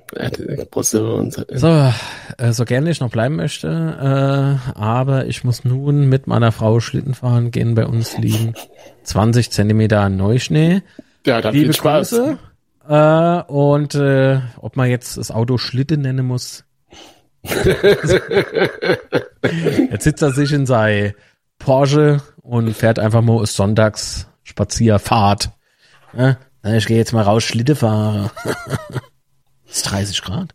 So gerne ich noch bleiben möchte, aber ich muss nun mit meiner Frau Schlitten fahren gehen. Bei uns liegen 20 Zentimeter Neuschnee. Ja, dann Liebe viel Spaß. Grüße. Und ob man jetzt das Auto Schlitten nennen muss. Jetzt sitzt er sich in sein Porsche und fährt einfach mal Sonntagsspazierfahrt. Ja? Ich gehe jetzt mal raus, Schlitte fahren. Das ist 30 Grad.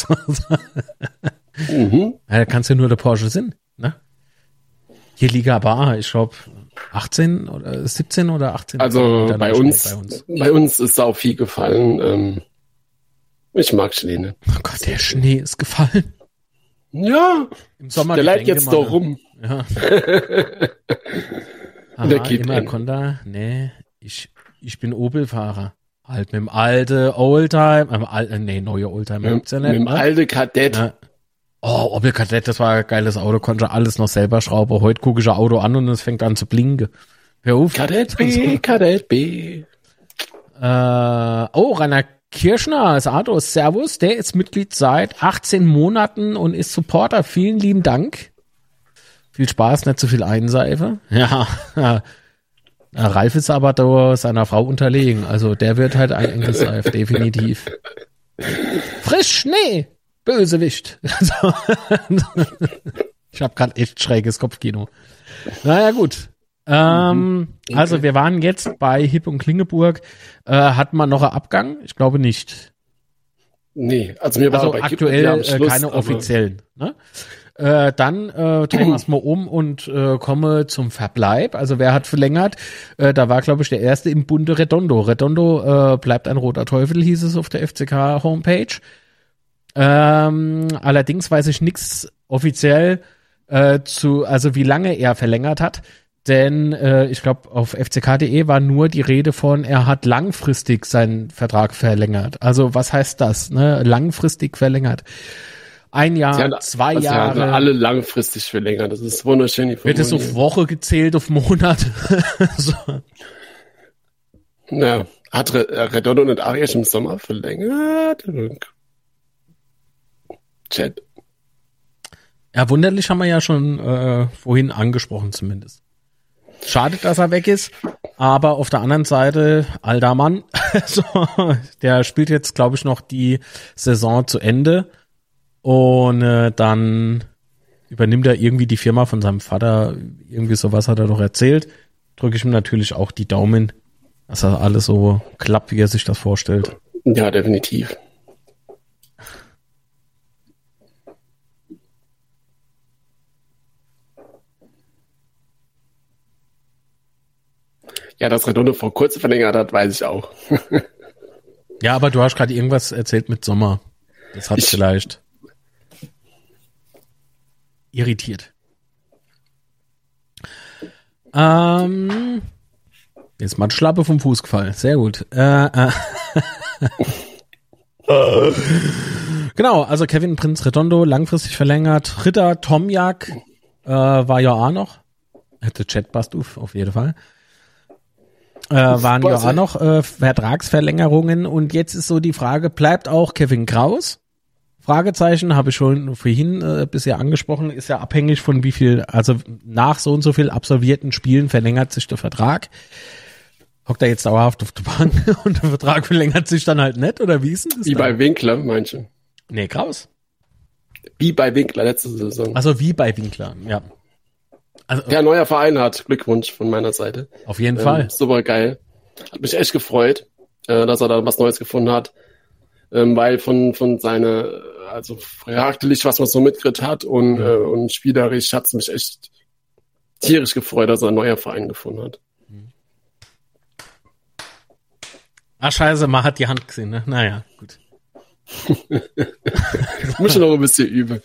Ja, da kannst du nur der Porsche sind. Ne? Hier Liga Bar, ich glaube 18 oder 17 oder 18. Also bei uns ist sau viel gefallen. Ich mag Schnee, ne? Oh Gott, der Schnee ist gefallen. Ja, im Sommer. Der leidet jetzt doch rum. Ja. Aha, Der geht immer Konda. Nee, ich bin Opel-Fahrer. Halt mit dem alten Oldtimer, neue Oldtimer gibt's ja nicht. Mit dem alten Kadett. Ja. Oh, Opel Kadett, das war ein geiles Auto, konnte alles noch selber schrauben. Heute gucke ich ein Auto an und es fängt an zu blinken. Hör auf. Kadett B, Kadett B. Rainer Kirschner als Arthos, Servus, der ist Mitglied seit 18 Monaten und ist Supporter. Vielen lieben Dank. Viel Spaß, nicht zu viel Einseife. Ja, Ralf ist aber da seiner Frau unterlegen. Also der wird halt eingeseift, definitiv. Frisch Schnee, Bösewicht. Also, ich habe gerade echt schräges Kopfkino. Naja, gut. Okay. Also wir waren jetzt bei Hipp und Klingeburg. Hat man noch einen Abgang? Ich glaube nicht. Nee, also mir war bei aktuell Schluss, keine offiziellen. Ne? Dann drehen wir es mal um und komme zum Verbleib. Also wer hat verlängert? Da war, glaube ich, der erste im Bunde Redondo. Redondo bleibt ein roter Teufel, hieß es auf der FCK-Homepage. Allerdings weiß ich nichts offiziell also wie lange er verlängert hat. Denn ich glaube, auf fck.de war nur die Rede von, er hat langfristig seinen Vertrag verlängert. Also was heißt das? Ne? Langfristig verlängert. 1 Jahr, 2 Jahre. Ja, alle langfristig verlängert. Das ist wunderschön. Wird es auf Woche gezählt, auf Monat? So. Ja, hat Redondo und Arias im Sommer verlängert? Chat. Ja, wunderlich haben wir ja schon vorhin angesprochen zumindest. Schade, dass er weg ist, aber auf der anderen Seite, alter Mann, so, der spielt jetzt, glaube ich, noch die Saison zu Ende und dann übernimmt er irgendwie die Firma von seinem Vater, irgendwie sowas hat er doch erzählt. Drücke ich ihm natürlich auch die Daumen, dass er alles so klappt, wie er sich das vorstellt. Ja, definitiv. Ja, dass Redondo vor kurzem verlängert hat, weiß ich auch. Ja, aber du hast gerade irgendwas erzählt mit Sommer. Das hat vielleicht irritiert. Jetzt mal eine Schlappe vom Fuß gefallen. Sehr gut. Genau, also Kevin Prinz Redondo langfristig verlängert. Ritter Tomjak war ja auch noch. Hätte Chatbust auf jeden Fall. Waren ja auch noch Vertragsverlängerungen und jetzt ist so die Frage, bleibt auch Kevin Kraus? Fragezeichen, habe ich schon vorhin bisher angesprochen, ist ja abhängig von wie viel, also nach so und so viel absolvierten Spielen verlängert sich der Vertrag. Hockt er jetzt dauerhaft auf der Bank und der Vertrag verlängert sich dann halt nicht, oder wie ist denn das? Wie bei Winkler, meinst du? Nee, Kraus. Wie bei Winkler letzte Saison. Also wie bei Winkler, ja. Also, der neuer Verein hat. Glückwunsch von meiner Seite. Auf jeden Fall. Super geil. Hat mich echt gefreut, dass er da was Neues gefunden hat. Weil von seiner, also charakterlich, was man so mitgekriegt hat und spielerisch hat's mich echt tierisch gefreut, dass er ein neuer Verein gefunden hat. Ach scheiße, man hat die Hand gesehen, ne? Naja, gut. Muss schon noch ein bisschen üben.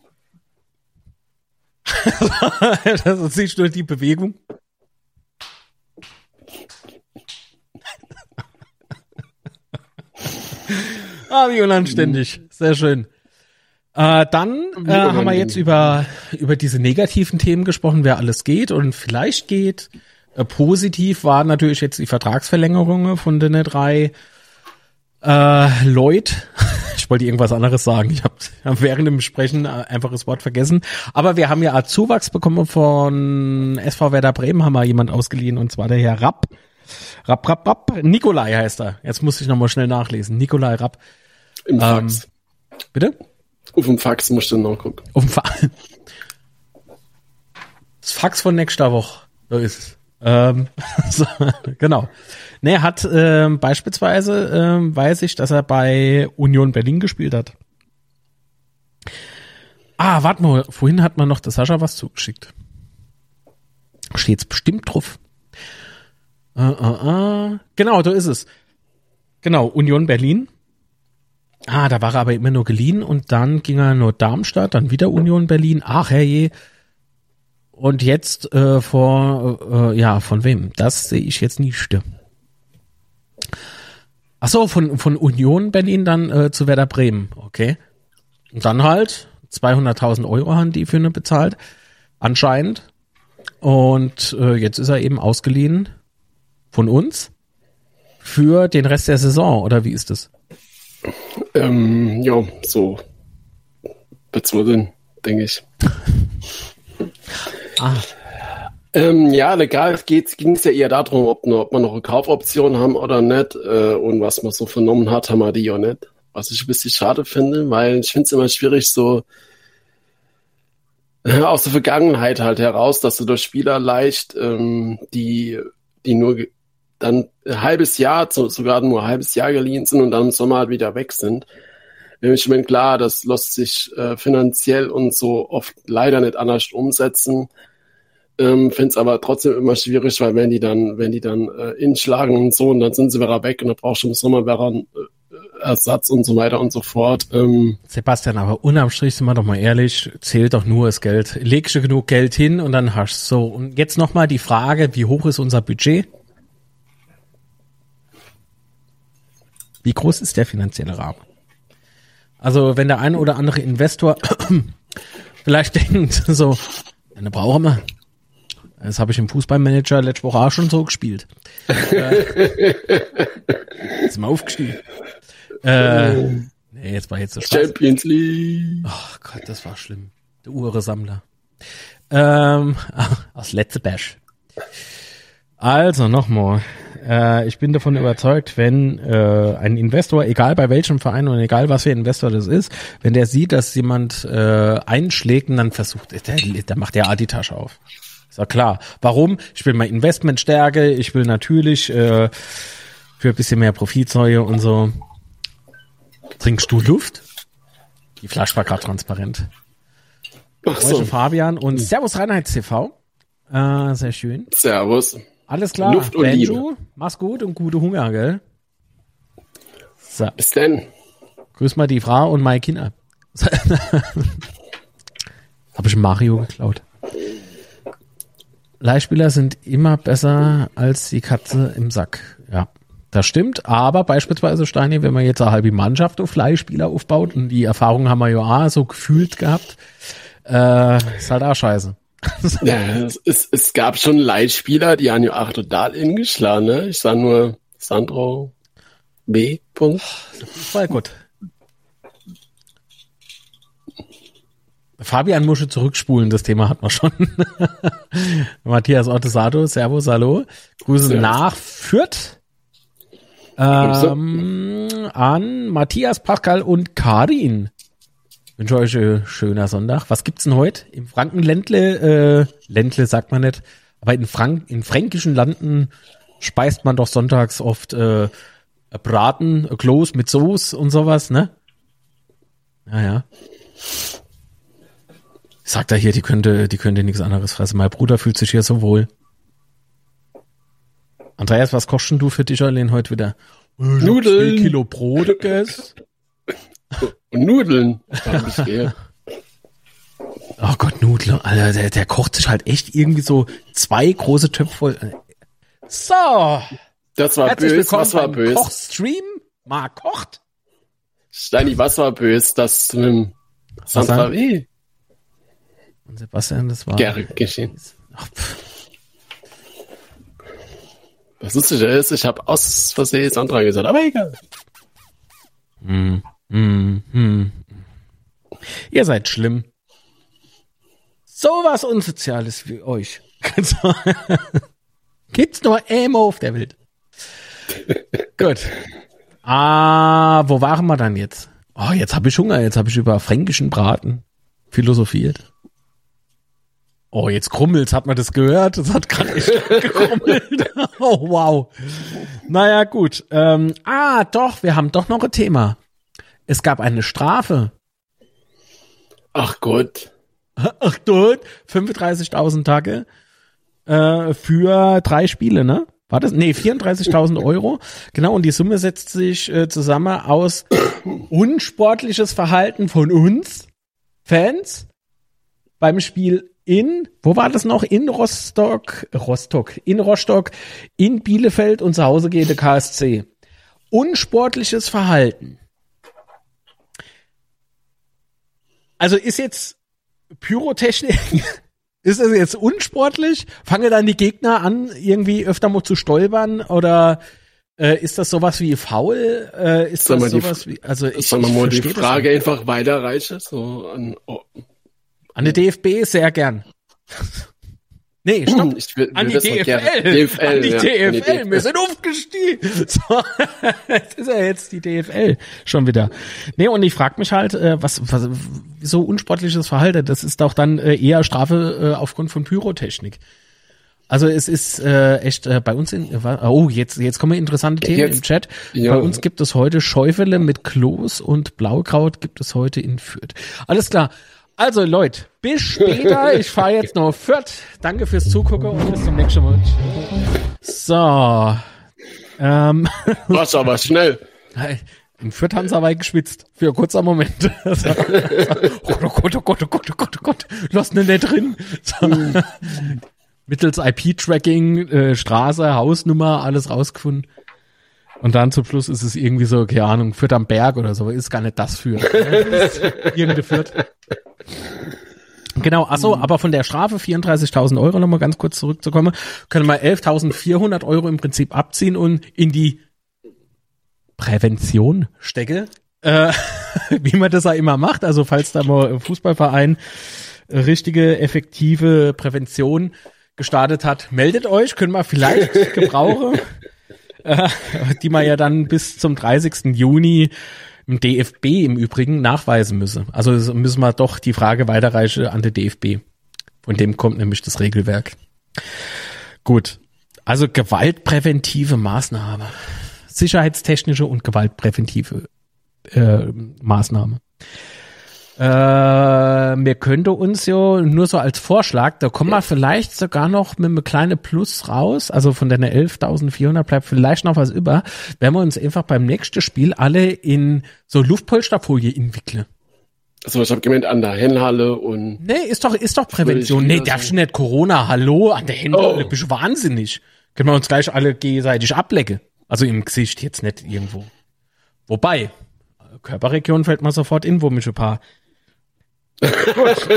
Das siehst du die Bewegung. Wie unanständig. Sehr schön. Dann haben wir jetzt über diese negativen Themen gesprochen, wer alles geht und vielleicht geht. Positiv war natürlich jetzt die Vertragsverlängerung von den 3 Lloyd, ich wollte irgendwas anderes sagen. Ich habe während dem Sprechen einfach das Wort vergessen. Aber wir haben ja Zuwachs bekommen von SV Werder Bremen, haben wir jemand ausgeliehen, und zwar der Herr Rapp. Rapp. Nikolai heißt er. Jetzt muss ich nochmal schnell nachlesen. Nikolai Rapp. Im Fax. Bitte? Auf dem Fax musst du noch gucken. Auf dem Fax. Das Fax von nächster Woche. So ist es. So, genau. Ne, hat beispielsweise weiß ich, dass er bei Union Berlin gespielt hat. Warte mal, vorhin hat man noch der Sascha was zugeschickt. Steht's bestimmt drauf. Genau, da ist es. Genau, Union Berlin. Da war er aber immer nur geliehen und dann ging er nur Darmstadt, dann wieder Union Berlin. Ach herrje. Und jetzt von wem? Das sehe ich jetzt nicht. Ach so, von Union Berlin dann zu Werder Bremen. Okay. Und dann halt 200.000 Euro haben die für eine bezahlt. Anscheinend. Und jetzt ist er eben ausgeliehen von uns für den Rest der Saison. Oder wie ist das? Ja, so. Bezahlen, denke ich. Ja, legal ging es ja eher darum, ob wir noch eine Kaufoption haben oder nicht. Und was man so vernommen hat, haben wir die ja nicht. Was ich ein bisschen schade finde, weil ich finde es immer schwierig, so aus der Vergangenheit halt heraus, dass du durch Spieler leicht, die nur dann ein halbes Jahr, sogar nur ein halbes Jahr geliehen sind und dann im Sommer halt wieder weg sind. Ich meine, klar, das lässt sich finanziell und so oft leider nicht anders umsetzen. Finde es aber trotzdem immer schwierig, weil wenn die dann inschlagen und so, und dann sind sie wieder weg und dann brauchst du im Sommer wieder einen Ersatz und so weiter und so fort. Sebastian, aber unterm Strich, sind wir doch mal ehrlich, zählt doch nur das Geld. Legst du genug Geld hin und dann hast du so. Und jetzt nochmal die Frage, wie hoch ist unser Budget? Wie groß ist der finanzielle Rahmen? Also wenn der eine oder andere Investor vielleicht denkt, so, eine brauchen wir. Das habe ich im Fußballmanager letzte Woche auch schon so gespielt. Ist mal aufgestiegen. Nee, jetzt war jetzt der Spaß. Champions League. Ach Gott, das war schlimm. Der Uhrensammler. Aus Letzebash. Also nochmal. Ich bin davon überzeugt, wenn ein Investor, egal bei welchem Verein und egal was für ein Investor das ist, wenn der sieht, dass jemand einschlägt und dann versucht, der macht ja die Tasche auf. Ist ja klar. Warum? Ich will mal Investmentstärke, ich will natürlich für ein bisschen mehr Profitsäue und so. Trinkst du Luft? Die Flasche war gerade transparent. Ach so. Fabian und Servus Reinheits TV. Sehr schön. Servus. Alles klar, Luft und Benju, Liebe. Mach's gut und gute Hunger, gell? So. Bis dann. Grüß mal die Frau und meine Kinder. Habe ich Mario geklaut. Leihspieler sind immer besser als die Katze im Sack. Ja, das stimmt. Aber beispielsweise, Steini, wenn man jetzt eine halbe Mannschaft auf Leihspieler aufbaut, und die Erfahrung haben wir ja auch so gefühlt gehabt, ist halt auch scheiße. Ja, es gab schon Leihspieler, die haben ja auch total ingeschlagen, ne? Ich sag nur Sandro B. Punkt. Das war gut. Fabian Musche zurückspulen, das Thema hat man schon. Matthias Ortesato, Servus, hallo. Grüße nach Fürth. An Matthias, Pascal und Karin. Wünsche euch ein schöner Sonntag. Was gibt's denn heute? Im Frankenländle, Ländle sagt man nicht, aber in fränkischen Landen speist man doch sonntags oft Braten, Kloß mit Soße und sowas, ne? Naja. Sagt er hier, die könnte nichts anderes fressen. Mein Bruder fühlt sich hier so wohl. Andreas, was kochst denn du für dich allein heute wieder? Nudeln. 2 Kilo Brot gegessen. Und Nudeln. Oh Gott, Nudeln. Alter, der kocht sich halt echt irgendwie so 2 große Töpfe voll. So. Das war böse. Was war böse? Kochstream. Marc kocht. Steini, was war böse? Das Sandra W. Und Sebastian, das war gerne geschehen. Ach, was lustig ist, ich habe aus Versehen Sandra gesagt, aber egal. Ihr seid schlimm. Sowas Unsoziales wie euch. Gibt's nur Emo auf der Welt. Gut. Wo waren wir dann jetzt? Oh, jetzt habe ich Hunger. Jetzt habe ich über fränkischen Braten philosophiert. Oh, jetzt krummelt's. Hat man das gehört? Das hat gerade echt gekrummelt. Oh, wow. Naja, gut. Doch, wir haben doch noch ein Thema. Es gab eine Strafe. Ach Gott. 35.000 Tage für 3 Spiele, ne? War das? Nee, 34.000 Euro. Genau, und die Summe setzt sich zusammen aus unsportliches Verhalten von uns, Fans, beim Spiel wo war das noch? In Rostock, in Bielefeld und zu Hause geht der KSC. Unsportliches Verhalten. Also ist jetzt Pyrotechnik, ist das jetzt unsportlich? Fangen dann die Gegner an, irgendwie öfter mal zu stolpern? Oder ist das sowas wie faul? Ist das sowas wie, also ich mal die Frage einfach weiterreichen, so an die DFB sehr gern. Nee, stopp. An die DFL. An die DFL. Wir sind aufgestiegen. So, das ist ja jetzt die DFL schon wieder. Nee, und ich frage mich halt, was so unsportliches Verhalten, das ist doch dann eher Strafe aufgrund von Pyrotechnik. Also es ist echt bei uns jetzt kommen interessante Themen im Chat. Ja. Bei uns gibt es heute Schäufele mit Kloß und Blaukraut gibt es heute in Fürth. Alles klar. Also Leute, bis später. Ich fahre jetzt noch auf Fürth. Danke fürs Zugucken und bis zum nächsten Mal. So. Was aber schnell. In Fürth haben sie aber geschwitzt. Für einen kurzen Moment. Oh Gott. Lass ne nicht drin. So. Mittels IP-Tracking, Straße, Hausnummer, alles rausgefunden. Und dann zum Schluss ist es irgendwie so, keine Ahnung, Fürth am Berg oder so. Ist gar nicht das Fürth. Irgendeine Fürth. Genau, aber von der Strafe 34.000 Euro nochmal ganz kurz zurückzukommen, können wir 11.400 Euro im Prinzip abziehen und in die Prävention stecke, wie man das ja immer macht. Also falls da mal ein Fußballverein richtige, effektive Prävention gestartet hat, meldet euch, können wir vielleicht gebrauchen, die man ja dann bis zum 30. Juni im DFB im Übrigen nachweisen müsse. Also müssen wir doch die Frage weiterreichen an den DFB. Von dem kommt nämlich das Regelwerk. Gut, also gewaltpräventive Maßnahme. Sicherheitstechnische und gewaltpräventive Maßnahme. Wir könnte uns ja nur so als Vorschlag, da kommen wir vielleicht sogar noch mit einem kleinen Plus raus, also von den 11.400 bleibt vielleicht noch was über, wenn wir uns einfach beim nächsten Spiel alle in so Luftpolsterfolie inwickeln. Also ich habe gemeint an der Hennhalle und... Nee, ist doch Prävention. Nee, darfst du nicht Corona, hallo, an der Hennhalle, bist du wahnsinnig. Können wir uns gleich alle gegenseitig ablecken. Also im Gesicht, jetzt nicht irgendwo. Wobei, Körperregion fällt mir sofort in, wo mich ein paar... Gut,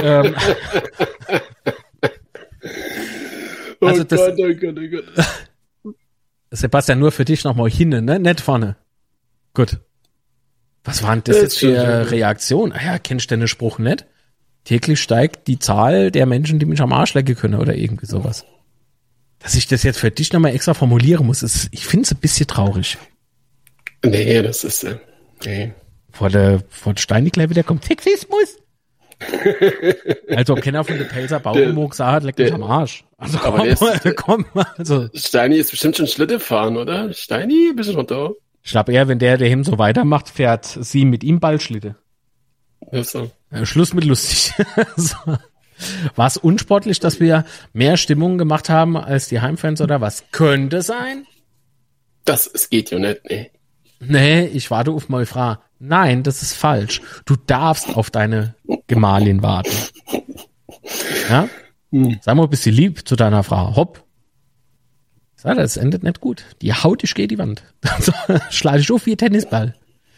also das, oh Gott. Sebastian, nur für dich nochmal hinten, ne? Nicht vorne. Gut. Was war denn das jetzt für Reaktion? Ja, kennst du den Spruch nicht? Täglich steigt die Zahl der Menschen, die mich am Arsch lecken können oder irgendwie sowas. Dass ich das jetzt für dich nochmal extra formulieren muss, ich finde es ein bisschen traurig. Nee, das ist, nee. Vor der Steini gleich wieder kommt Sexismus. Also keiner von der Pelzer Bauernburg sagt, leck mich am Arsch. Also komm mal. Also. Steini ist bestimmt schon Schlitte fahren, oder? Steini, bist du noch da? Ich glaube eher, wenn der ihm so weitermacht, fährt sie mit ihm bald Schlitte. Ja, so. Schluss mit lustig. So. War es unsportlich, dass wir mehr Stimmung gemacht haben als die Heimfans oder was? Könnte sein? Es geht ja nicht, nee. Nee, ich warte auf meine Frau. Nein, das ist falsch. Du darfst auf deine Gemahlin warten. Ja? Sag mal ein bisschen lieb zu deiner Frau. Hopp. Sag, das endet nicht gut. Die haut dich gegen die Wand. Schlage ich auf wie Tennisball.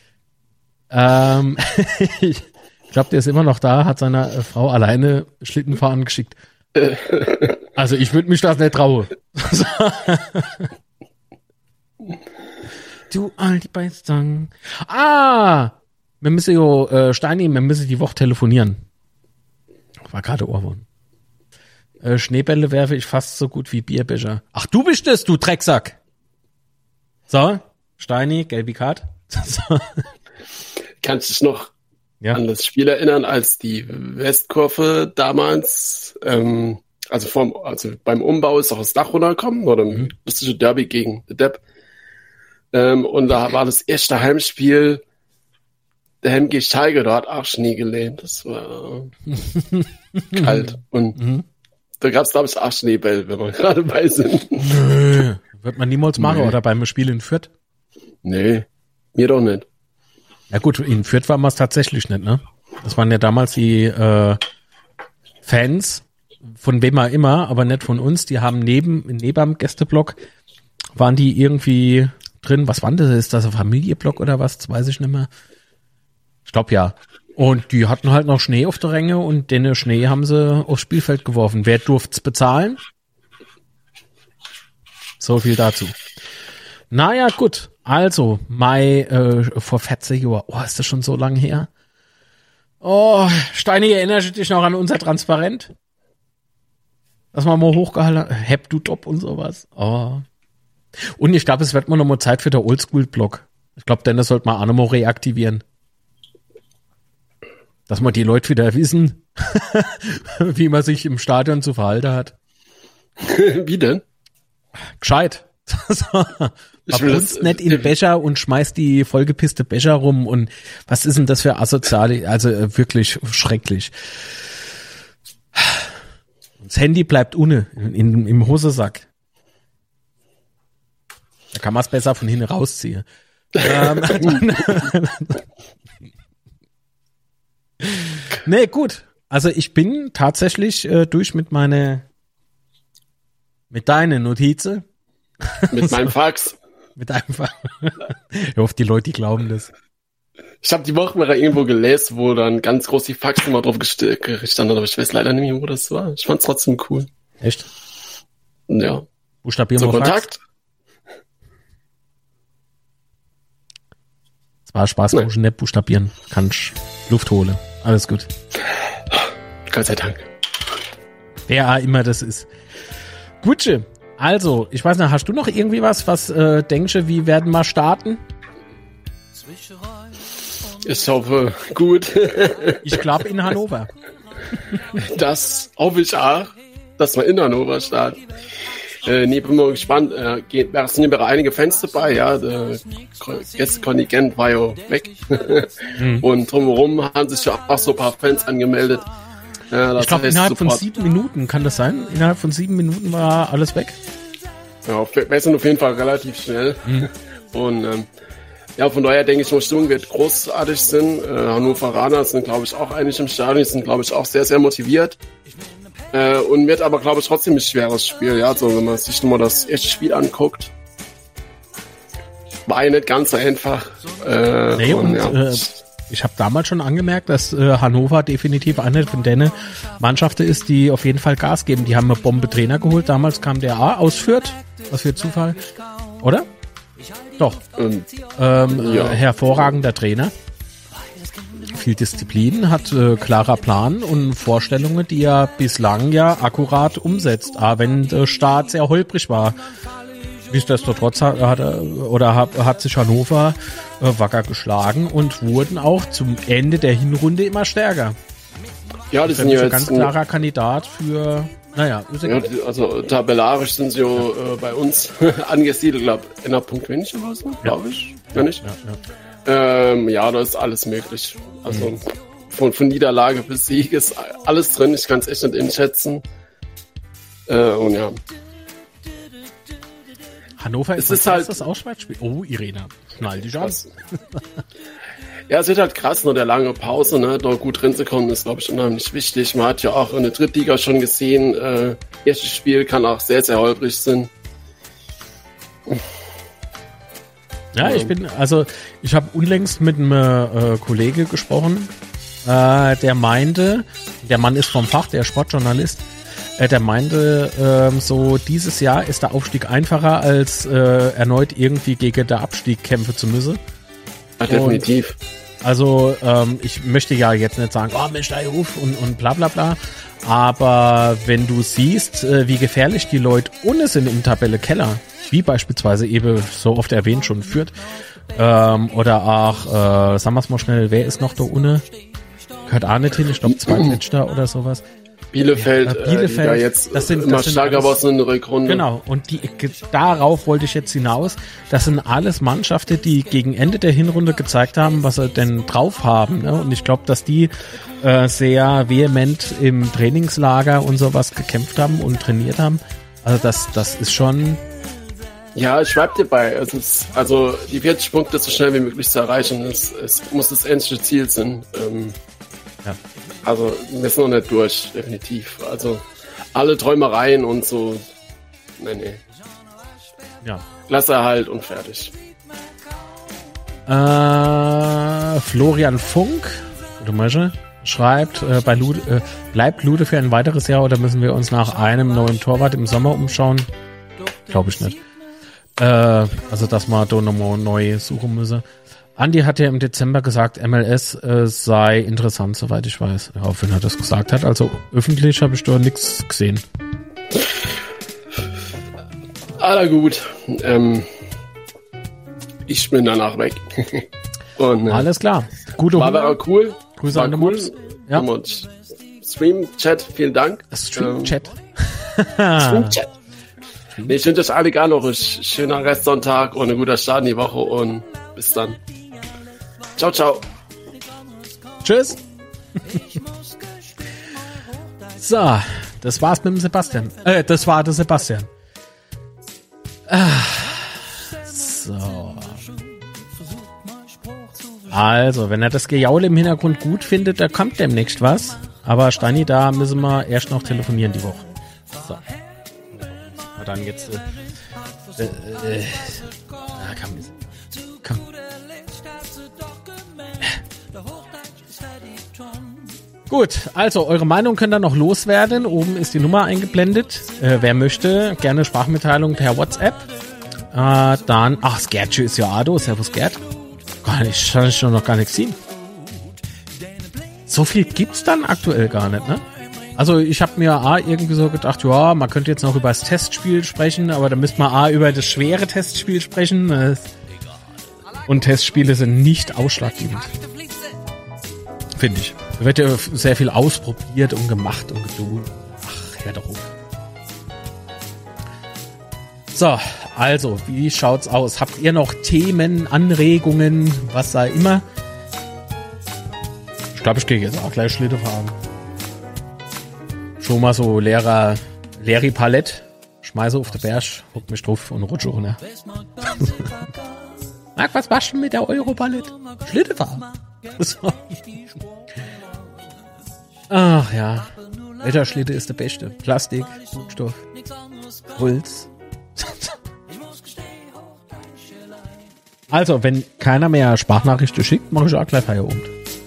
Ich glaube, der ist immer noch da, hat seiner Frau alleine Schlittenfahren geschickt. Also ich würde mich das nicht trauen. Du alte Beisang. Wir müssen Steini, wir müssen die Woche telefonieren. War gerade Ohrwurm. Schneebälle werfe ich fast so gut wie Bierbecher. Ach, du bist es, du Drecksack. So, Steini, gelbe Karte. So. Kannst du dich noch an das Spiel erinnern, als die Westkurve damals, also beim Umbau ist auch das Dach runtergekommen, oder ein lustiges Derby gegen The Depp. Und da war das erste Heimspiel der MG Schalke, da hat auch Schnee gelehnt. Das war kalt. Und da gab es, glaube ich, auch Schneebälle, wenn wir gerade bei sind. Nö, wird man niemals machen, oder beim Spiel in Fürth? Nee, mir doch nicht. Ja gut, in Fürth war man es tatsächlich nicht, ne? Das waren ja damals die Fans, von wem auch immer, aber nicht von uns, die haben neben dem Gästeblock, waren die irgendwie drin, was war das? Ist das ein Familienblock oder was? Das weiß ich nicht mehr. Ich glaube ja. Und die hatten halt noch Schnee auf der Ränge und den Schnee haben sie aufs Spielfeld geworfen. Wer durfte es bezahlen? So viel dazu. Naja, gut. Also, Mai vor 40 Jahren. Oh, ist das schon so lange her? Oh, Steini, erinnerst du dich noch an unser Transparent? Das wir mal hochgehalten haben. Heb du top und sowas. Oh. Und ich glaube, es wird mal noch mal Zeit für den Oldschool-Blog. Ich glaube, Dennis sollte mal Animo reaktivieren. Dass mal die Leute wieder wissen, wie man sich im Stadion zu verhalten hat. Wie denn? Gescheit. Verbrunst nicht in Becher und schmeißt die vollgepisste Becher rum und was ist denn das für asoziale, also wirklich schrecklich. Das Handy bleibt im Hosensack. Da kann man es besser von hinten rausziehen. Nee, gut. Also ich bin tatsächlich durch mit deinen Notizen. Mit meinem Fax. Mit einem Fax. Ich hoffe, die Leute, die glauben das. Ich habe die Woche mal irgendwo gelesen, wo dann ganz groß die Faxnummer drauf gestanden hat, aber ich weiß leider nicht mehr, wo das war. Ich fand's trotzdem cool. Echt? Ja. Buchstabieren wir Kontakt? Es war Spaß, muss ich nicht buchstabieren. Kannst Luft holen. Alles gut. Gott sei Dank. Wer immer das ist. Gutsche. Also, ich weiß nicht, hast du noch irgendwie was denkst du, wie werden wir starten? Ich hoffe, gut. Ich glaube in Hannover. Das hoffe ich auch, dass wir in Hannover starten. Nee, bin mal gespannt. Es sind ja einige Fans dabei, ja. Das Gästekontingent war ja weg. Und drumherum haben sich ja auch so ein paar Fans angemeldet. Ich glaube, innerhalb von 7 Minuten, kann das sein? Innerhalb von 7 Minuten war alles weg? Ja, wir sind auf jeden Fall relativ schnell. Und ja, von daher denke ich, die Stimmung wird großartig sein. Hannoveraner sind, glaube ich, auch eigentlich im Stadion. Die sind, glaube ich, auch sehr, sehr motiviert. Und wird aber, glaube ich, trotzdem ein schweres Spiel. Ja, so, wenn man sich nur mal das erste Spiel anguckt. War ja nicht ganz so einfach. Nee, und ich habe damals schon angemerkt, dass Hannover definitiv eine von den Mannschaften ist, die auf jeden Fall Gas geben. Die haben eine Bombe-Trainer geholt. Damals kam der aus Fürth. Was für Zufall. Oder? Doch. Ja. Hervorragender Trainer. Viel Disziplin, hat klarer Plan und Vorstellungen, die er bislang ja akkurat umsetzt. Aber wenn der Start sehr holprig war, nichtsdestotrotz hat sich Hannover wacker geschlagen und wurden auch zum Ende der Hinrunde immer stärker. Ja, das sind ja ein ganz klarer Kandidat für, naja, ja, also tabellarisch sind sie bei uns angesiedelt, glaube ich, in der Punktwändchen oder so, glaube ich. Ja, nicht? Ja, da ist alles möglich. Also von Niederlage bis Sieg ist alles drin. Ich kann es echt nicht einschätzen. Und ja. Hannover ist halt das Auswärtsspiel. Oh, Irena, schnall dich an. Ja, es wird halt krass, nur der lange Pause, ne, da gut drin zu kommen, ist, glaube ich, unheimlich wichtig. Man hat ja auch in der Drittliga schon gesehen, erstes Spiel kann auch sehr, sehr holprig sein. Ja, ich habe unlängst mit einem Kollege gesprochen, der meinte, der Mann ist vom Fach, der Sportjournalist, Der meinte, so dieses Jahr ist der Aufstieg einfacher, als erneut irgendwie gegen den Abstieg kämpfen zu müssen. Ja, definitiv. Also ich möchte ja jetzt nicht sagen, oh Mensch, der Ruf und bla bla bla. Aber wenn du siehst, wie gefährlich die Leute ohne sind im Tabellenkeller, wie beispielsweise eben so oft erwähnt schon Fürth, oder auch, sagen wir es mal schnell, wer ist noch da ohne? Gehört auch nicht hin, ich glaube Zweitletzter oder sowas. Bielefeld, Bielefeld, die da jetzt das sind stärker aus in der Rückrunde. Genau, und darauf wollte ich jetzt hinaus. Das sind alles Mannschaften, die gegen Ende der Hinrunde gezeigt haben, was sie denn drauf haben. Ne? Und ich glaube, dass die sehr vehement im Trainingslager und sowas gekämpft haben und trainiert haben. Also das ist schon... Ja, ich schreibe dir bei. Also die 40 Punkte so schnell wie möglich zu erreichen, es muss das endliche Ziel sein. Ja. Also wir sind noch nicht durch, definitiv. Also alle Träumereien und so, nee. Ja. Klassenerhalt und fertig. Florian Funk, du Mesche, schreibt, bleibt Lude für ein weiteres Jahr oder müssen wir uns nach einem neuen Torwart im Sommer umschauen? Glaube ich nicht. Also dass man da nochmal neu suchen müsse. Andi hat ja im Dezember gesagt, MLS sei interessant, soweit ich weiß. Ja, wenn er das gesagt hat. Also öffentlich habe ich da nichts gesehen. Aller gut. Ich bin danach weg. Und, alles klar. Gute Hunger. War aber cool. Grüße an den Mund. Ja. Und Stream-Chat, vielen Dank. Stream-Chat. Stream-Chat. Nee, ich wünsche euch alle gar noch einen schönen Restsonntag und einen guten Start in die Woche und bis dann. Ciao, ciao. Tschüss. So, das war's mit dem Sebastian. Das war der Sebastian. So. Also, wenn er das Gejaule im Hintergrund gut findet, da kommt demnächst was. Aber Steini, da müssen wir erst noch telefonieren die Woche. So. Und dann jetzt. Komm. Gut, also eure Meinung könnt ihr noch loswerden. Oben ist die Nummer eingeblendet. Wer möchte, gerne Sprachmitteilung per WhatsApp. Dann, ach, Gertschö ist ja Ado. Servus Gerd. Gar nicht, kann ich schon noch gar nichts sehen. So viel gibt's dann aktuell gar nicht, ne? Also ich habe mir irgendwie so gedacht, ja, man könnte jetzt noch über das Testspiel sprechen, aber da müsste man über das schwere Testspiel sprechen. Und Testspiele sind nicht ausschlaggebend. Finde ich. Da wird ja sehr viel ausprobiert und gemacht und getan. Ach, hör doch auf. So, also, wie schaut's aus? Habt ihr noch Themen, Anregungen, was sei immer? Ich glaube, ich gehe jetzt auch gleich Schlitten fahren. Schon mal so leere Palette, schmeiße auf den Berg, huck mich drauf und rutsche runter. Marc, was machst du mit der Europalette? Schlitten fahren. So. Ach ja, Wetterschlitte ist der beste. Plastik, Kunststoff, Holz. Also, wenn keiner mehr Sprachnachrichten schickt, mache ich auch gleich Feierabend.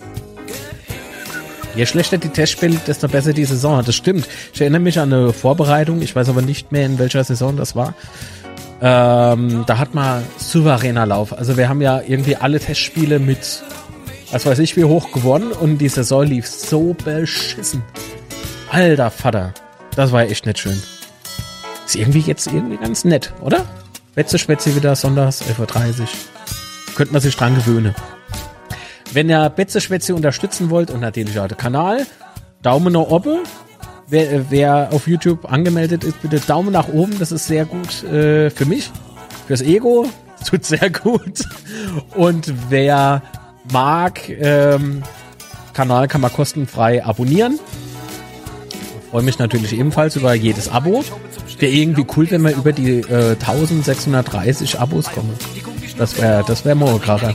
Je schlechter die Testspiele, desto besser die Saison. Das stimmt. Ich erinnere mich an eine Vorbereitung, ich weiß aber nicht mehr, in welcher Saison das war. Da hat man souveräner Lauf. Also wir haben ja irgendwie alle Testspiele mit, was weiß ich, wie hoch gewonnen und die Saison lief so beschissen. Alter Vater, das war echt nicht schön. Ist irgendwie ganz nett, oder? Betze-Spätze wieder sonntags 11:30 Uhr. Könnte man sich dran gewöhnen. Wenn ihr Betze-Schwätze unterstützen wollt und natürlich auch den Kanal, Daumen nach oben. Wer auf YouTube angemeldet ist, bitte Daumen nach oben. Das ist sehr gut für mich, fürs Ego. Das tut sehr gut. Und wer mag, Kanal kann man kostenfrei abonnieren. Ich freue mich natürlich ebenfalls über jedes Abo. Wäre irgendwie cool, wenn wir über die 1630 Abos kommen. Das wär Morgenkracher.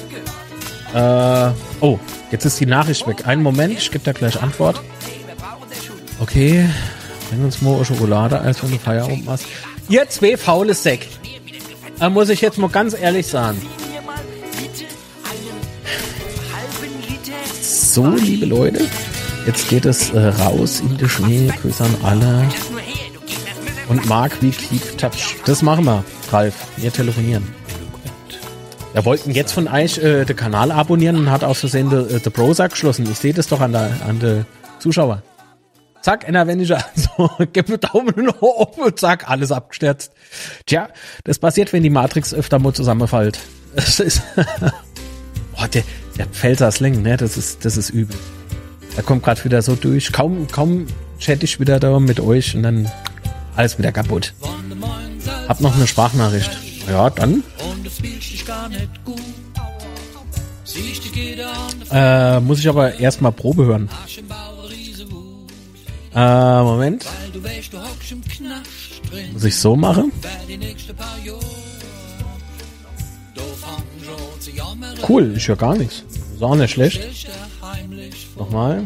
Oh, jetzt ist die Nachricht weg. Einen Moment, ich gebe da gleich Antwort. Okay, bring uns mal Schokolade, als wenn du Feierabend machst. Ihr zwei faule Säck. Da muss ich jetzt mal ganz ehrlich sagen. So, liebe Leute, Jetzt geht es raus in den Schnee. Grüße an alle. Und Marc, wie keep touch. Das machen wir, Ralf. Wir telefonieren. Wir wollten jetzt von euch den Kanal abonnieren und hat aus Versehen den Browser geschlossen. Ich sehe das doch an der Zuschauer. Zack, Enervendiger. So, gib mir Daumen hoch und zack, alles abgestürzt. Tja, das passiert, wenn die Matrix öfter mal zusammenfällt. Das ist boah, der Pfälzer-Slang, ne, das ist übel. Da kommt gerade wieder so durch. Kaum chatte ich wieder da mit euch und dann alles wieder kaputt. Hab noch eine Sprachnachricht. Ja, dann. Muss ich aber erstmal Probe hören. Moment. Muss ich so machen? Cool, ich höre gar nichts. Ist auch nicht schlecht. Nochmal.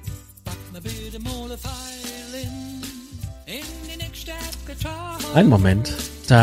Einen Moment. Da.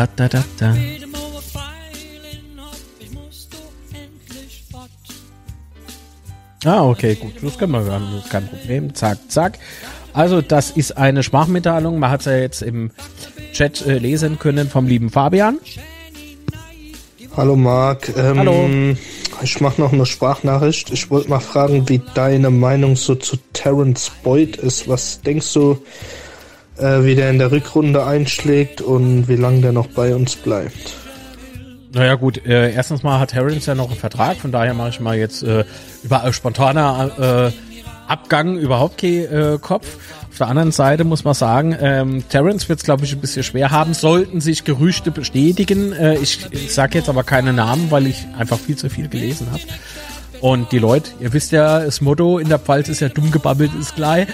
Ah, okay, gut. Das können wir hören. Das ist kein Problem. Zack. Also, das ist eine Sprachmitteilung. Man hat es ja jetzt im Chat lesen können vom lieben Fabian. Hallo Marc. Hallo. Ich mache noch eine Sprachnachricht. Ich wollte mal fragen, wie deine Meinung so zu Terence Boyd ist. Was denkst du, wie der in der Rückrunde einschlägt und wie lange der noch bei uns bleibt? Naja gut, erstens mal hat Terence ja noch einen Vertrag, von daher mache ich mal jetzt über spontaner Abgang überhaupt keinen Kopf. Auf der anderen Seite muss man sagen, Terence wird es, glaube ich, ein bisschen schwer haben, sollten sich Gerüchte bestätigen. Ich sage jetzt aber keine Namen, weil ich einfach viel zu viel gelesen habe. Und die Leute, ihr wisst ja, das Motto in der Pfalz ist ja dumm gebabbelt ist gleich.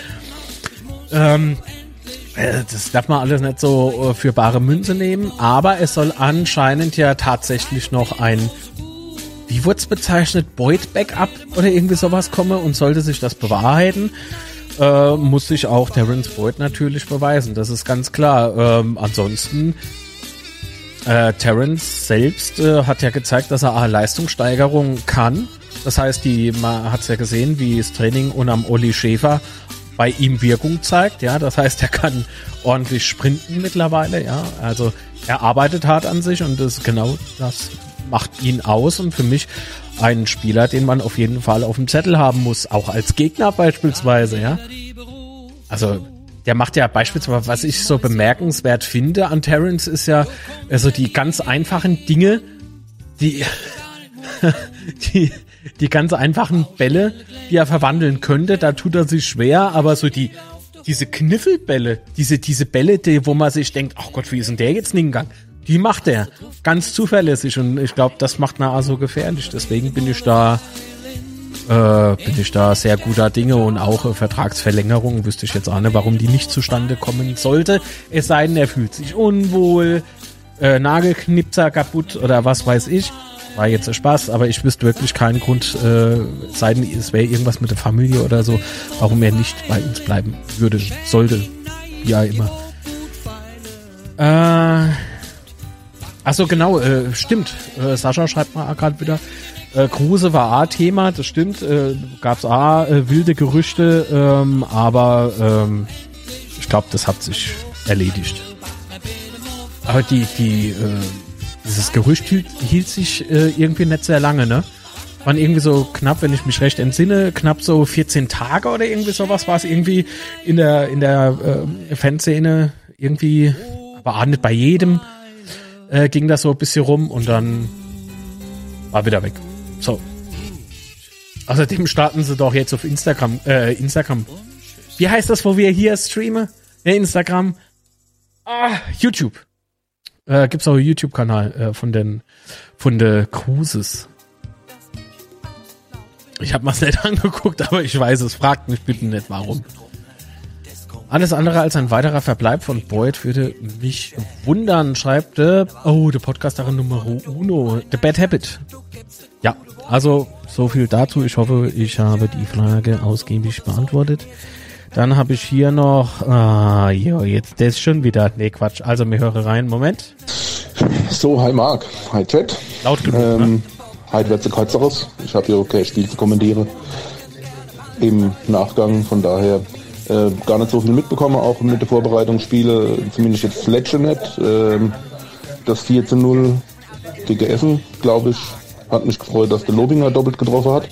Das darf man alles nicht so für bare Münze nehmen, aber es soll anscheinend ja tatsächlich noch ein, wie wurde es bezeichnet, Boyd-Backup oder irgendwie sowas kommen, und sollte sich das bewahrheiten, muss sich auch Terence Boyd natürlich beweisen, das ist ganz klar. Ansonsten, Terence selbst hat ja gezeigt, dass er Leistungssteigerung kann. Das heißt, man hat es ja gesehen, wie das Training unterm Olli Schäfer bei ihm Wirkung zeigt, ja, das heißt, er kann ordentlich sprinten mittlerweile, ja, also er arbeitet hart an sich und das macht ihn aus, und für mich ein Spieler, den man auf jeden Fall auf dem Zettel haben muss, auch als Gegner beispielsweise, ja. Also der macht ja beispielsweise, was ich so bemerkenswert finde an Terence, ist ja also die ganz einfachen Dinge, die ganz einfachen Bälle, die er verwandeln könnte, da tut er sich schwer, aber so diese Kniffelbälle, diese Bälle, wo man sich denkt, ach Gott, wie ist denn der jetzt hingegangen? Die macht er ganz zuverlässig, und ich glaube, das macht ihn so gefährlich. Deswegen bin ich da sehr guter Dinge, und auch Vertragsverlängerung wüsste ich jetzt auch nicht, warum die nicht zustande kommen sollte. Es sei denn, er fühlt sich unwohl, Nagelknipser kaputt oder was weiß ich. War jetzt ein Spaß, aber ich wüsste wirklich keinen Grund, sei denn, es wäre irgendwas mit der Familie oder so, warum er nicht bei uns bleiben würde, sollte, ja immer. Achso, genau, stimmt. Sascha schreibt mal gerade wieder, Kruse war Thema, das stimmt, gab's wilde Gerüchte, aber ich glaube, das hat sich erledigt. Aber dieses Gerücht hielt sich irgendwie nicht sehr lange, ne? Waren irgendwie so knapp, wenn ich mich recht entsinne, knapp so 14 Tage oder irgendwie sowas war es irgendwie in der Fanszene irgendwie, aber auch nicht bei jedem ging das so ein bisschen rum, und dann war wieder weg. So. Außerdem starten sie doch jetzt auf Instagram. Wie heißt das, wo wir hier streamen? Instagram. YouTube. Gibt's auch einen YouTube-Kanal von den Cruises. Ich habe mal's nicht angeguckt, aber ich weiß es. Fragt mich bitte nicht, warum. Alles andere als ein weiterer Verbleib von Boyd würde mich wundern, schreibt der Podcasterin Nummer Uno, The Bad Habit. Ja, also so viel dazu. Ich hoffe, ich habe die Frage ausgiebig beantwortet. Dann habe ich hier noch, jetzt, der ist schon wieder, nee, Quatsch, also wir hören rein, Moment. So, hi Marc, hi Chat. Laut genug, ne? Hi, Wetze Kreuzeres. Ich habe hier okay Spiel zu kommentieren. im Nachgang. Von daher gar nicht so viel mitbekommen, auch mit der Vorbereitungsspiele, zumindest jetzt Fletcher nicht. Das 4:0 gegen Essen, glaube ich, hat mich gefreut, dass der Lobinger doppelt getroffen hat.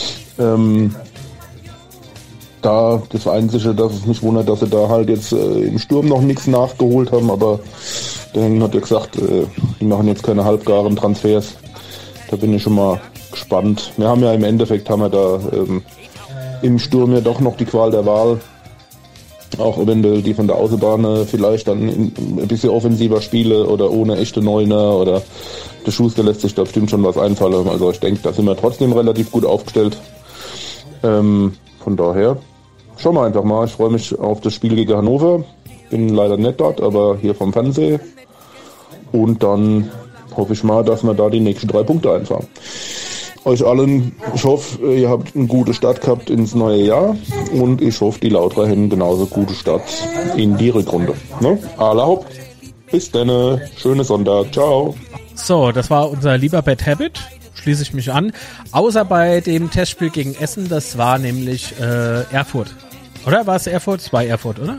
Da das Einzige, dass es mich wundert, dass sie da halt jetzt im Sturm noch nichts nachgeholt haben, aber der Henning hat ja gesagt, die machen jetzt keine halbgaren Transfers. Da bin ich schon mal gespannt. Wir haben ja im Endeffekt da im Sturm ja doch noch die Qual der Wahl. Auch eventuell die von der Außenbahn vielleicht dann ein bisschen offensiver spiele oder ohne echte Neuner oder der Schuster lässt sich da bestimmt schon was einfallen. Also ich denke, da sind wir trotzdem relativ gut aufgestellt. Von daher schauen wir einfach mal. Ich freue mich auf das Spiel gegen Hannover. Bin leider nicht dort, aber hier vom Fernsehen. Und dann hoffe ich mal, dass wir da die nächsten 3 Punkte einfahren. Euch allen, ich hoffe, ihr habt eine gute Start gehabt ins neue Jahr und ich hoffe, die Lauterer hätten genauso gute Start in die Rückrunde. Ne? Alle hopp, bis dann, schönen Sonntag, ciao. So, das war unser lieber Bad Habit, schließe ich mich an. Außer bei dem Testspiel gegen Essen, das war nämlich Erfurt. Oder war es Erfurt? Es war Erfurt, oder?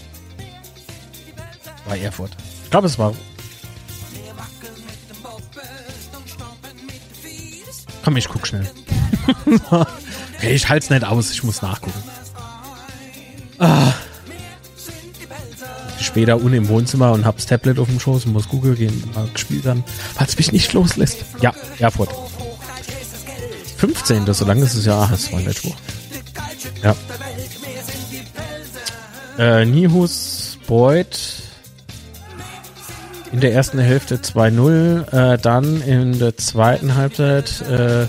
War Erfurt. Ich glaube, es war... Komm, ich guck schnell. Okay, ich halt's nicht aus, ich muss nachgucken. Später unten im Wohnzimmer und hab's Tablet auf dem Schoß und muss Google gehen, mal gespielt haben, falls mich nicht loslässt. Ja, Erfurt. 15. So lange ist es ja, das war letzte Woche. Ja. Nihus Beuth in der ersten Hälfte 2:0, dann in der zweiten Halbzeit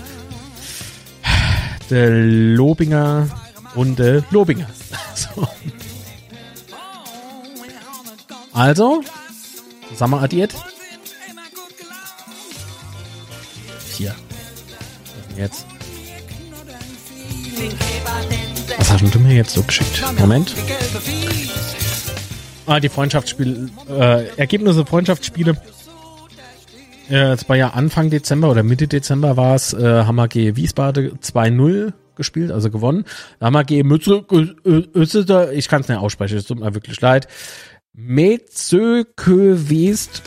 der Lobinger und der Lobinger. So. Also, zusammen addiert. 4. Jetzt. Was hast du mir jetzt so geschickt? Moment. Die Freundschaftsspiele, Ergebnisse Freundschaftsspiele. Es war ja Anfang Dezember oder Mitte Dezember war es, haben wir gegen Wiesbaden 2:0 gespielt, also gewonnen. Da haben wir gegen Mütze, ich kann es nicht aussprechen, es tut mir wirklich leid. Metzökövest,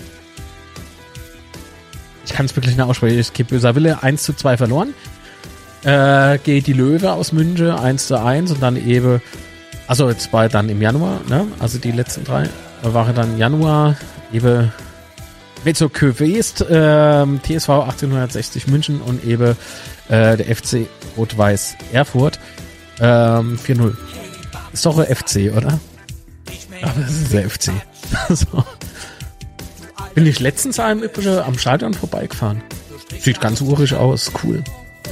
ich kann es wirklich nicht aussprechen, ich gebe böser Wille, 1:2 verloren. Gegen die Löwe aus München 1:1 und dann eben, also jetzt war dann im Januar, ne? Also die letzten 3 waren dann Januar, eben Metzökövest, TSV 1860 München und eben der FC Rot-Weiß Erfurt 4:0. Ist doch ein FC, oder? Aber das ist der FC. So. Bin ich letztens am Stadion vorbeigefahren. Sieht ganz urig aus, cool.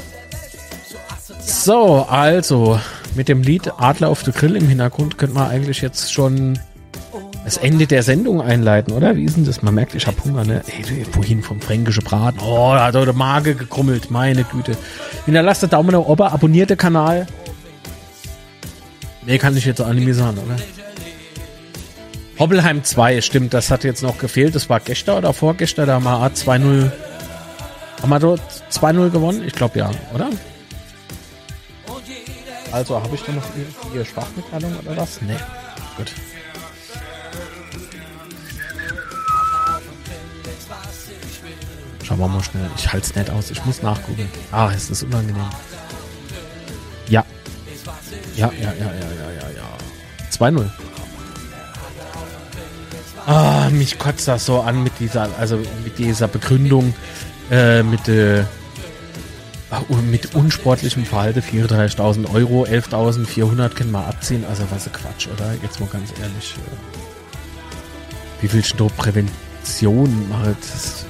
So, also mit dem Lied Adler auf der Grill im Hintergrund könnte man eigentlich jetzt schon das Ende der Sendung einleiten, oder? Wie ist denn das? Man merkt, ich habe Hunger, ne? Ey, vorhin vom fränkischen Braten. Oh, da hat der Magen gekrummelt, meine Güte. Hinterlasst den Daumen nach oben, abonniert den Kanal. Nee, kann ich jetzt auch nicht mehr sagen, oder? Hobbelheim 2, stimmt, das hat jetzt noch gefehlt. Das war gestern oder vorgestern, da haben wir 2:0. Haben wir dort 2:0 gewonnen? Ich glaube ja, oder? Also, habe ich da noch irgendwie Sprachmitteilung oder was? Nee. Gut. Schauen wir mal schnell. Ich halte es nicht aus. Ich muss nachgucken. Es ist unangenehm. Ja. Ja. 2:0. Mich kotzt das so an mit dieser Begründung, mit unsportlichem Verhalten 34.000 €, 11.400 können wir abziehen. Also was ein Quatsch, oder? Jetzt mal ganz ehrlich. Wie viel Prävention macht das?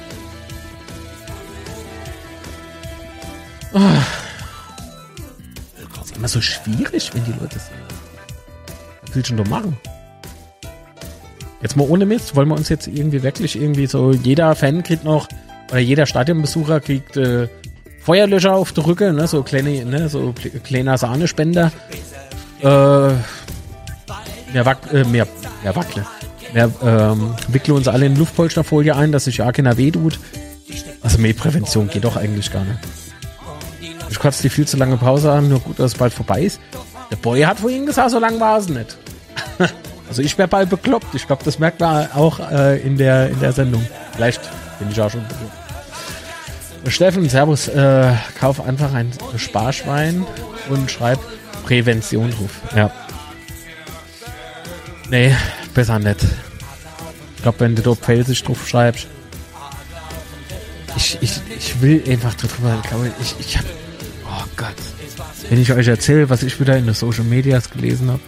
Das ist immer so schwierig, wenn die Leute sagen. Was willst du denn da machen? Jetzt mal ohne Mist, wollen wir uns jetzt irgendwie so, jeder Fan kriegt noch, oder jeder Stadionbesucher kriegt Feuerlöscher auf der Rücke, ne, so kleiner Sahnespender. Wir wickeln uns alle in Luftpolsterfolie ein, dass sich ja keiner weh tut. Also mehr Prävention geht doch eigentlich gar nicht. Ich kotze die viel zu lange Pause an, nur gut, dass es bald vorbei ist. Der Boy hat vorhin gesagt, so lang war es nicht. Also ich wäre bald bekloppt. Ich glaube, das merkt man auch in der Sendung. Vielleicht bin ich auch schon bekloppt. Steffen, servus, kauf einfach ein Sparschwein und schreib Prävention drauf. Ja. Nee, besser nicht. Ich glaube, wenn du da Pfälzisch drauf schreibst. Ich will einfach drüber, ich hab, oh Gott. Wenn ich euch erzähle, was ich wieder in den Social Medias gelesen habe.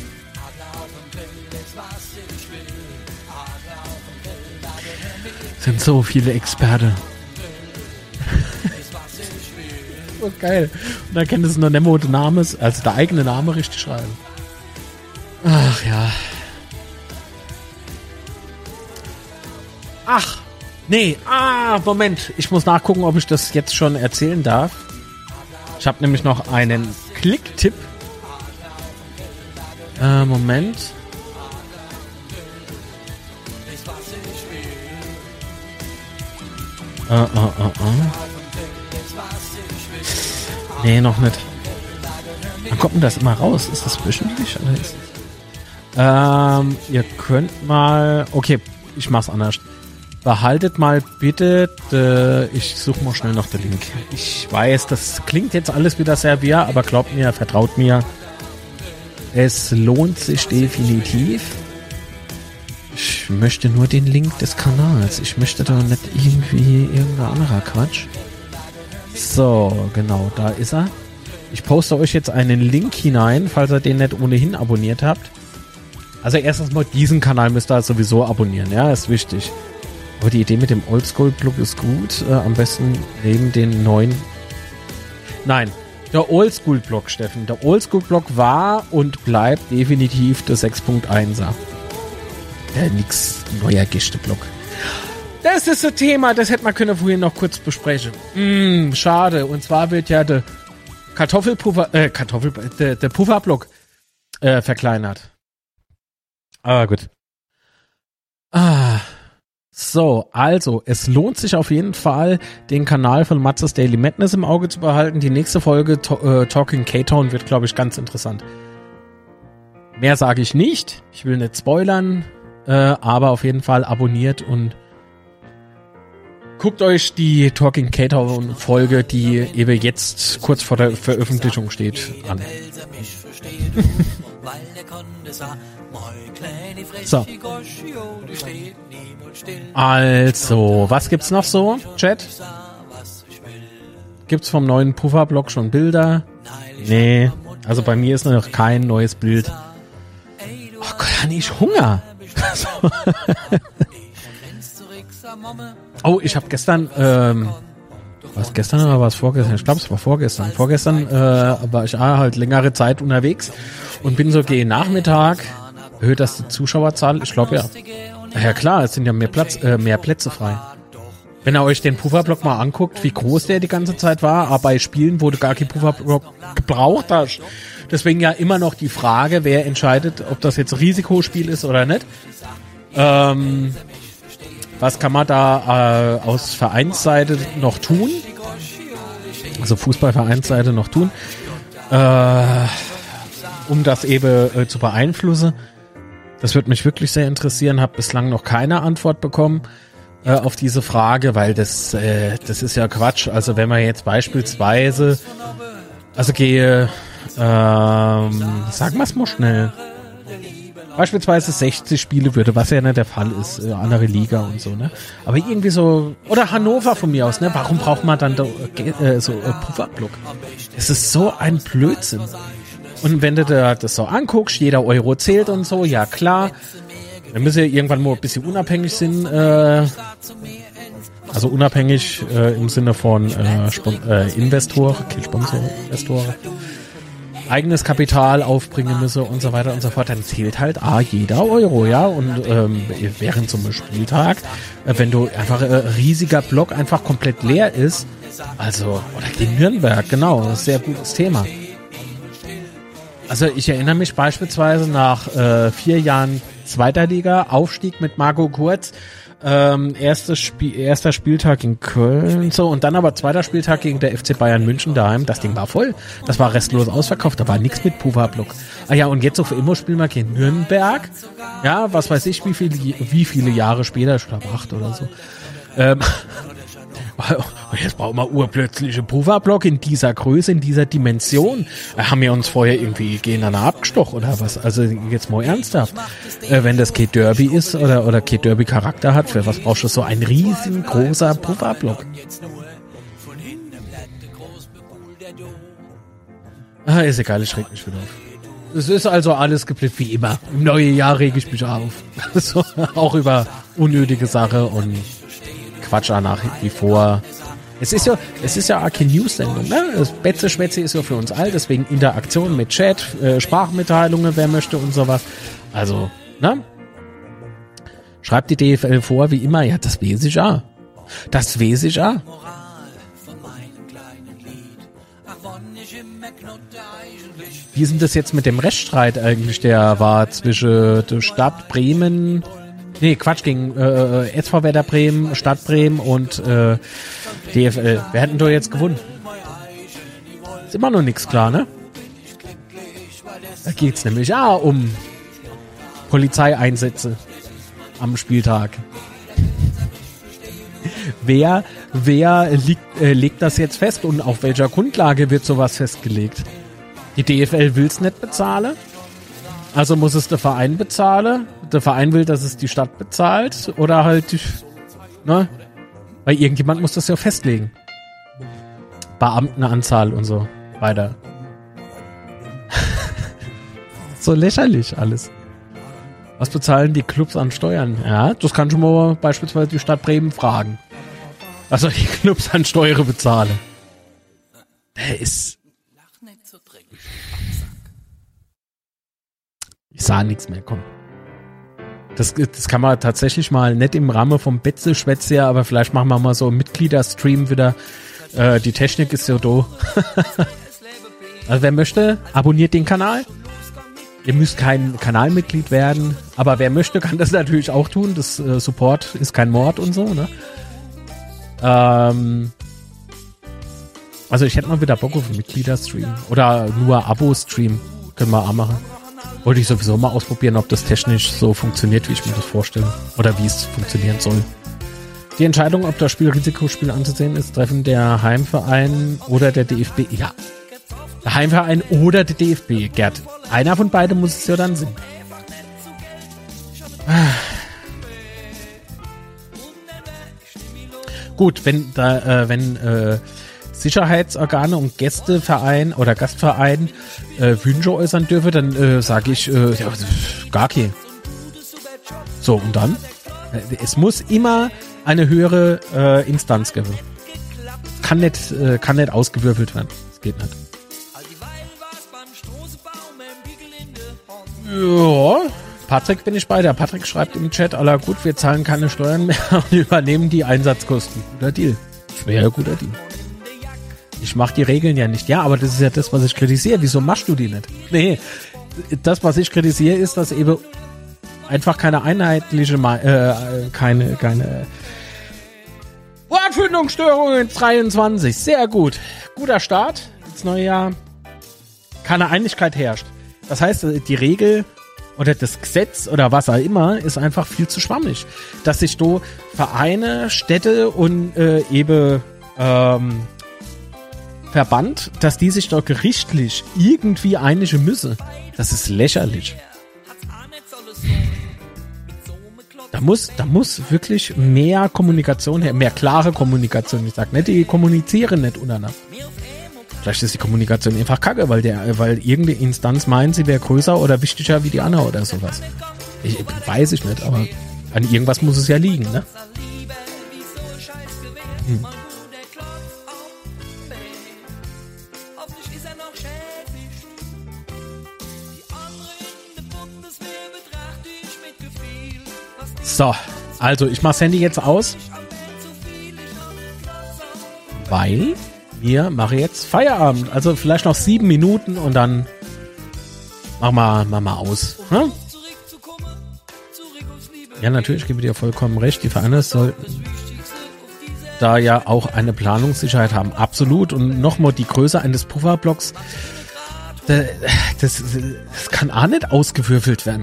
Sind so viele Experten. So geil. Und dann kennt es nur Nemo den Namen, also der eigene Name richtig schreiben. Ach ja. Ach, nee. Moment. Ich muss nachgucken, ob ich das jetzt schon erzählen darf. Ich habe nämlich noch einen Klicktipp. Moment. Nee, noch nicht. Wann kommt denn das immer raus? Ist das wöchentlich oder ist das? Ihr könnt mal... Okay, ich mach's anders. Behaltet mal bitte... ich suche mal schnell noch den Link. Ich weiß, das klingt jetzt alles wieder sehr wir, aber glaubt mir, vertraut mir. Es lohnt sich definitiv. Ich möchte nur den Link des Kanals. Ich möchte da nicht irgendwie irgendein anderer Quatsch. So, genau, da ist er. Ich poste euch jetzt einen Link hinein, falls ihr den nicht ohnehin abonniert habt. Also erstens mal diesen Kanal müsst ihr sowieso abonnieren, ja, ist wichtig. Aber die Idee mit dem Oldschool-Blog ist gut. Am besten neben den neuen... Nein, der Oldschool-Blog, Steffen. Der Oldschool-Blog war und bleibt definitiv der 6.1er. Nix neuer Gäste-Blog. Das ist ein Thema, das hätte man können vorhin noch kurz besprechen. Schade. Und zwar wird ja der der Pufferblock verkleinert. Aber gut. So, also, es lohnt sich auf jeden Fall, den Kanal von Matzes Daily Madness im Auge zu behalten. Die nächste Folge, Talking K-Town, wird, glaube ich, ganz interessant. Mehr sage ich nicht. Ich will nicht spoilern, aber auf jeden Fall abonniert und guckt euch die Talking K-Town Folge, die eben jetzt kurz vor der Veröffentlichung steht, an. So. Also, was gibt's noch so, Chat? Gibt's vom neuen Pufferblock schon Bilder? Nee, also bei mir ist noch kein neues Bild. Oh Gott, ich Hunger. Oh, ich habe gestern, was gestern oder was vorgestern? Ich glaube, es war vorgestern. Vorgestern war ich halt längere Zeit unterwegs und bin so gegen Nachmittag. Erhöht das die Zuschauerzahl? Ich glaube ja. Ja klar, es sind ja mehr Plätze frei. Wenn ihr euch den Pufferblock mal anguckt, wie groß der die ganze Zeit war, aber bei Spielen wurde gar kein Pufferblock gebraucht hast. Deswegen ja immer noch die Frage, wer entscheidet, ob das jetzt Risikospiel ist oder nicht. Was kann man da aus Vereinsseite noch tun? Also Fußballvereinsseite noch tun, um das eben zu beeinflussen? Das würde mich wirklich sehr interessieren. Habe bislang noch keine Antwort bekommen auf diese Frage, weil das ist ja Quatsch. Also wenn man jetzt beispielsweise, sagen wir es mal schnell, beispielsweise 60 Spiele würde, was ja nicht der Fall ist, andere Liga und so, ne? Aber irgendwie so, oder Hannover von mir aus, ne? Warum braucht man dann so Pufferblock? Es ist so ein Blödsinn. Und wenn du das so anguckst, jeder Euro zählt und so, ja klar. Dann müssen wir irgendwann mal ein bisschen unabhängig sind, also unabhängig im Sinne von Investoren, eigenes Kapital aufbringen müsse und so weiter und so fort, dann zählt halt jeder Euro, ja, und während so einem Spieltag, wenn du einfach riesiger Block einfach komplett leer ist, also, oder gegen Nürnberg, genau, das ist ein sehr gutes Thema. Also ich erinnere mich beispielsweise nach 4 Jahren Zweiter Liga, Aufstieg mit Marco Kurz, erster Spieltag in Köln, so, und dann aber zweiter Spieltag gegen der FC Bayern München daheim. Das Ding war voll. Das war restlos ausverkauft. Da war nichts mit Puva-Block. Ah ja, und jetzt auf Immo spielen wir gegen Nürnberg. Ja, was weiß ich, wie viele Jahre später, ich glaube 8 oder so. Jetzt brauchen wir urplötzliche Puva-Block in dieser Größe, in dieser Dimension. Haben wir uns vorher irgendwie gegeneinander abgestochen oder was? Also jetzt mal ernsthaft. Wenn das kein Derby ist oder kein Derby-Charakter hat, für was brauchst du so ein riesengroßer Puva-Block? Ist egal, ich reg mich wieder auf. Es ist also alles geblippt wie immer. Im neuen Jahr reg ich mich auf. So, auch über unnötige Sache und Quatsch nach wie vor. Es ist ja auch keine News-Sendung, ne? Das Betze-Schwätze ist ja für uns all, deswegen Interaktion mit Chat, Sprachmitteilungen, wer möchte und sowas. Also, ne? Schreibt die DFL vor, wie immer. Ja, das weiß ich auch. Das weiß ich auch. Wie ist denn das jetzt mit dem Rechtsstreit eigentlich, der war zwischen der Stadt Bremen... Nee, Quatsch, gegen SV Werder Bremen, Stadt Bremen und DFL. Wer hätten da jetzt gewonnen? Ist immer noch nichts klar, ne? Da geht's nämlich um Polizeieinsätze am Spieltag. Wer legt das jetzt fest und auf welcher Grundlage wird sowas festgelegt? Die DFL will's nicht bezahlen. Also muss es der Verein bezahlen. Der Verein will, dass es die Stadt bezahlt. Oder halt, ne? Weil irgendjemand muss das ja festlegen. Beamtenanzahl und so weiter. So lächerlich alles. Was bezahlen die Clubs an Steuern? Ja, das kann schon mal beispielsweise die Stadt Bremen fragen. Was soll die Clubs an Steuern bezahlen? Der ist... Ich sah nichts mehr, komm. Das kann man tatsächlich mal nicht im Rahmen vom Betze-Schwätze, aber vielleicht machen wir mal so einen Mitgliederstream wieder. Die Technik ist ja da. Also wer möchte, abonniert den Kanal. Ihr müsst kein Kanalmitglied werden, aber wer möchte, kann das natürlich auch tun. Das Support ist kein Mord und so, ne? Also ich hätte mal wieder Bock auf einen Mitgliederstream. Oder nur Abo-Stream. Können wir auch machen. Wollte ich sowieso mal ausprobieren, ob das technisch so funktioniert, wie ich mir das vorstelle. Oder wie es funktionieren soll. Die Entscheidung, ob das Spiel Risikospiel anzusehen ist, treffen der Heimverein oder der DFB. Ja, der Heimverein oder der DFB. Gerd, einer von beiden muss es ja dann sein. Gut, wenn Sicherheitsorgane und Gästeverein oder Gastverein Wünsche äußern dürfe, dann sage ich gar kein. So, und dann? Es muss immer eine höhere Instanz geben. Kann nicht ausgewürfelt werden. Das geht nicht. Ja, Patrick bin ich bei. Der Patrick schreibt im Chat, aller gut, wir zahlen keine Steuern mehr und übernehmen die Einsatzkosten. Guter Deal. Das wäre ja ein guter Deal. Ich mach die Regeln ja nicht. Ja, aber das ist ja das, was ich kritisiere. Wieso machst du die nicht? Nee, das, was ich kritisiere, ist, dass eben einfach keine einheitliche, keine Wortfindungsstörungen 23. Sehr gut. Guter Start ins neue Jahr. Keine Einigkeit herrscht. Das heißt, die Regel oder das Gesetz oder was auch immer ist einfach viel zu schwammig. Dass sich da Vereine, Städte und eben Verband, dass die sich doch gerichtlich irgendwie einigen müssen. Das ist lächerlich. Da muss wirklich mehr Kommunikation her, mehr klare Kommunikation. Ich sag nicht, die kommunizieren nicht untereinander. Vielleicht ist die Kommunikation einfach kacke, weil irgendeine Instanz meint, sie wäre größer oder wichtiger wie die andere oder sowas. Weiß ich nicht, aber an irgendwas muss es ja liegen, ne? So, also ich mach's Handy jetzt aus, weil wir machen jetzt Feierabend. Also vielleicht noch 7 Minuten und dann machen wir aus. Hm? Ja, natürlich, gebe ich dir vollkommen recht. Die Vereine sollten da ja auch eine Planungssicherheit haben. Absolut. Und nochmal die Größe eines Pufferblocks, das kann auch nicht ausgewürfelt werden.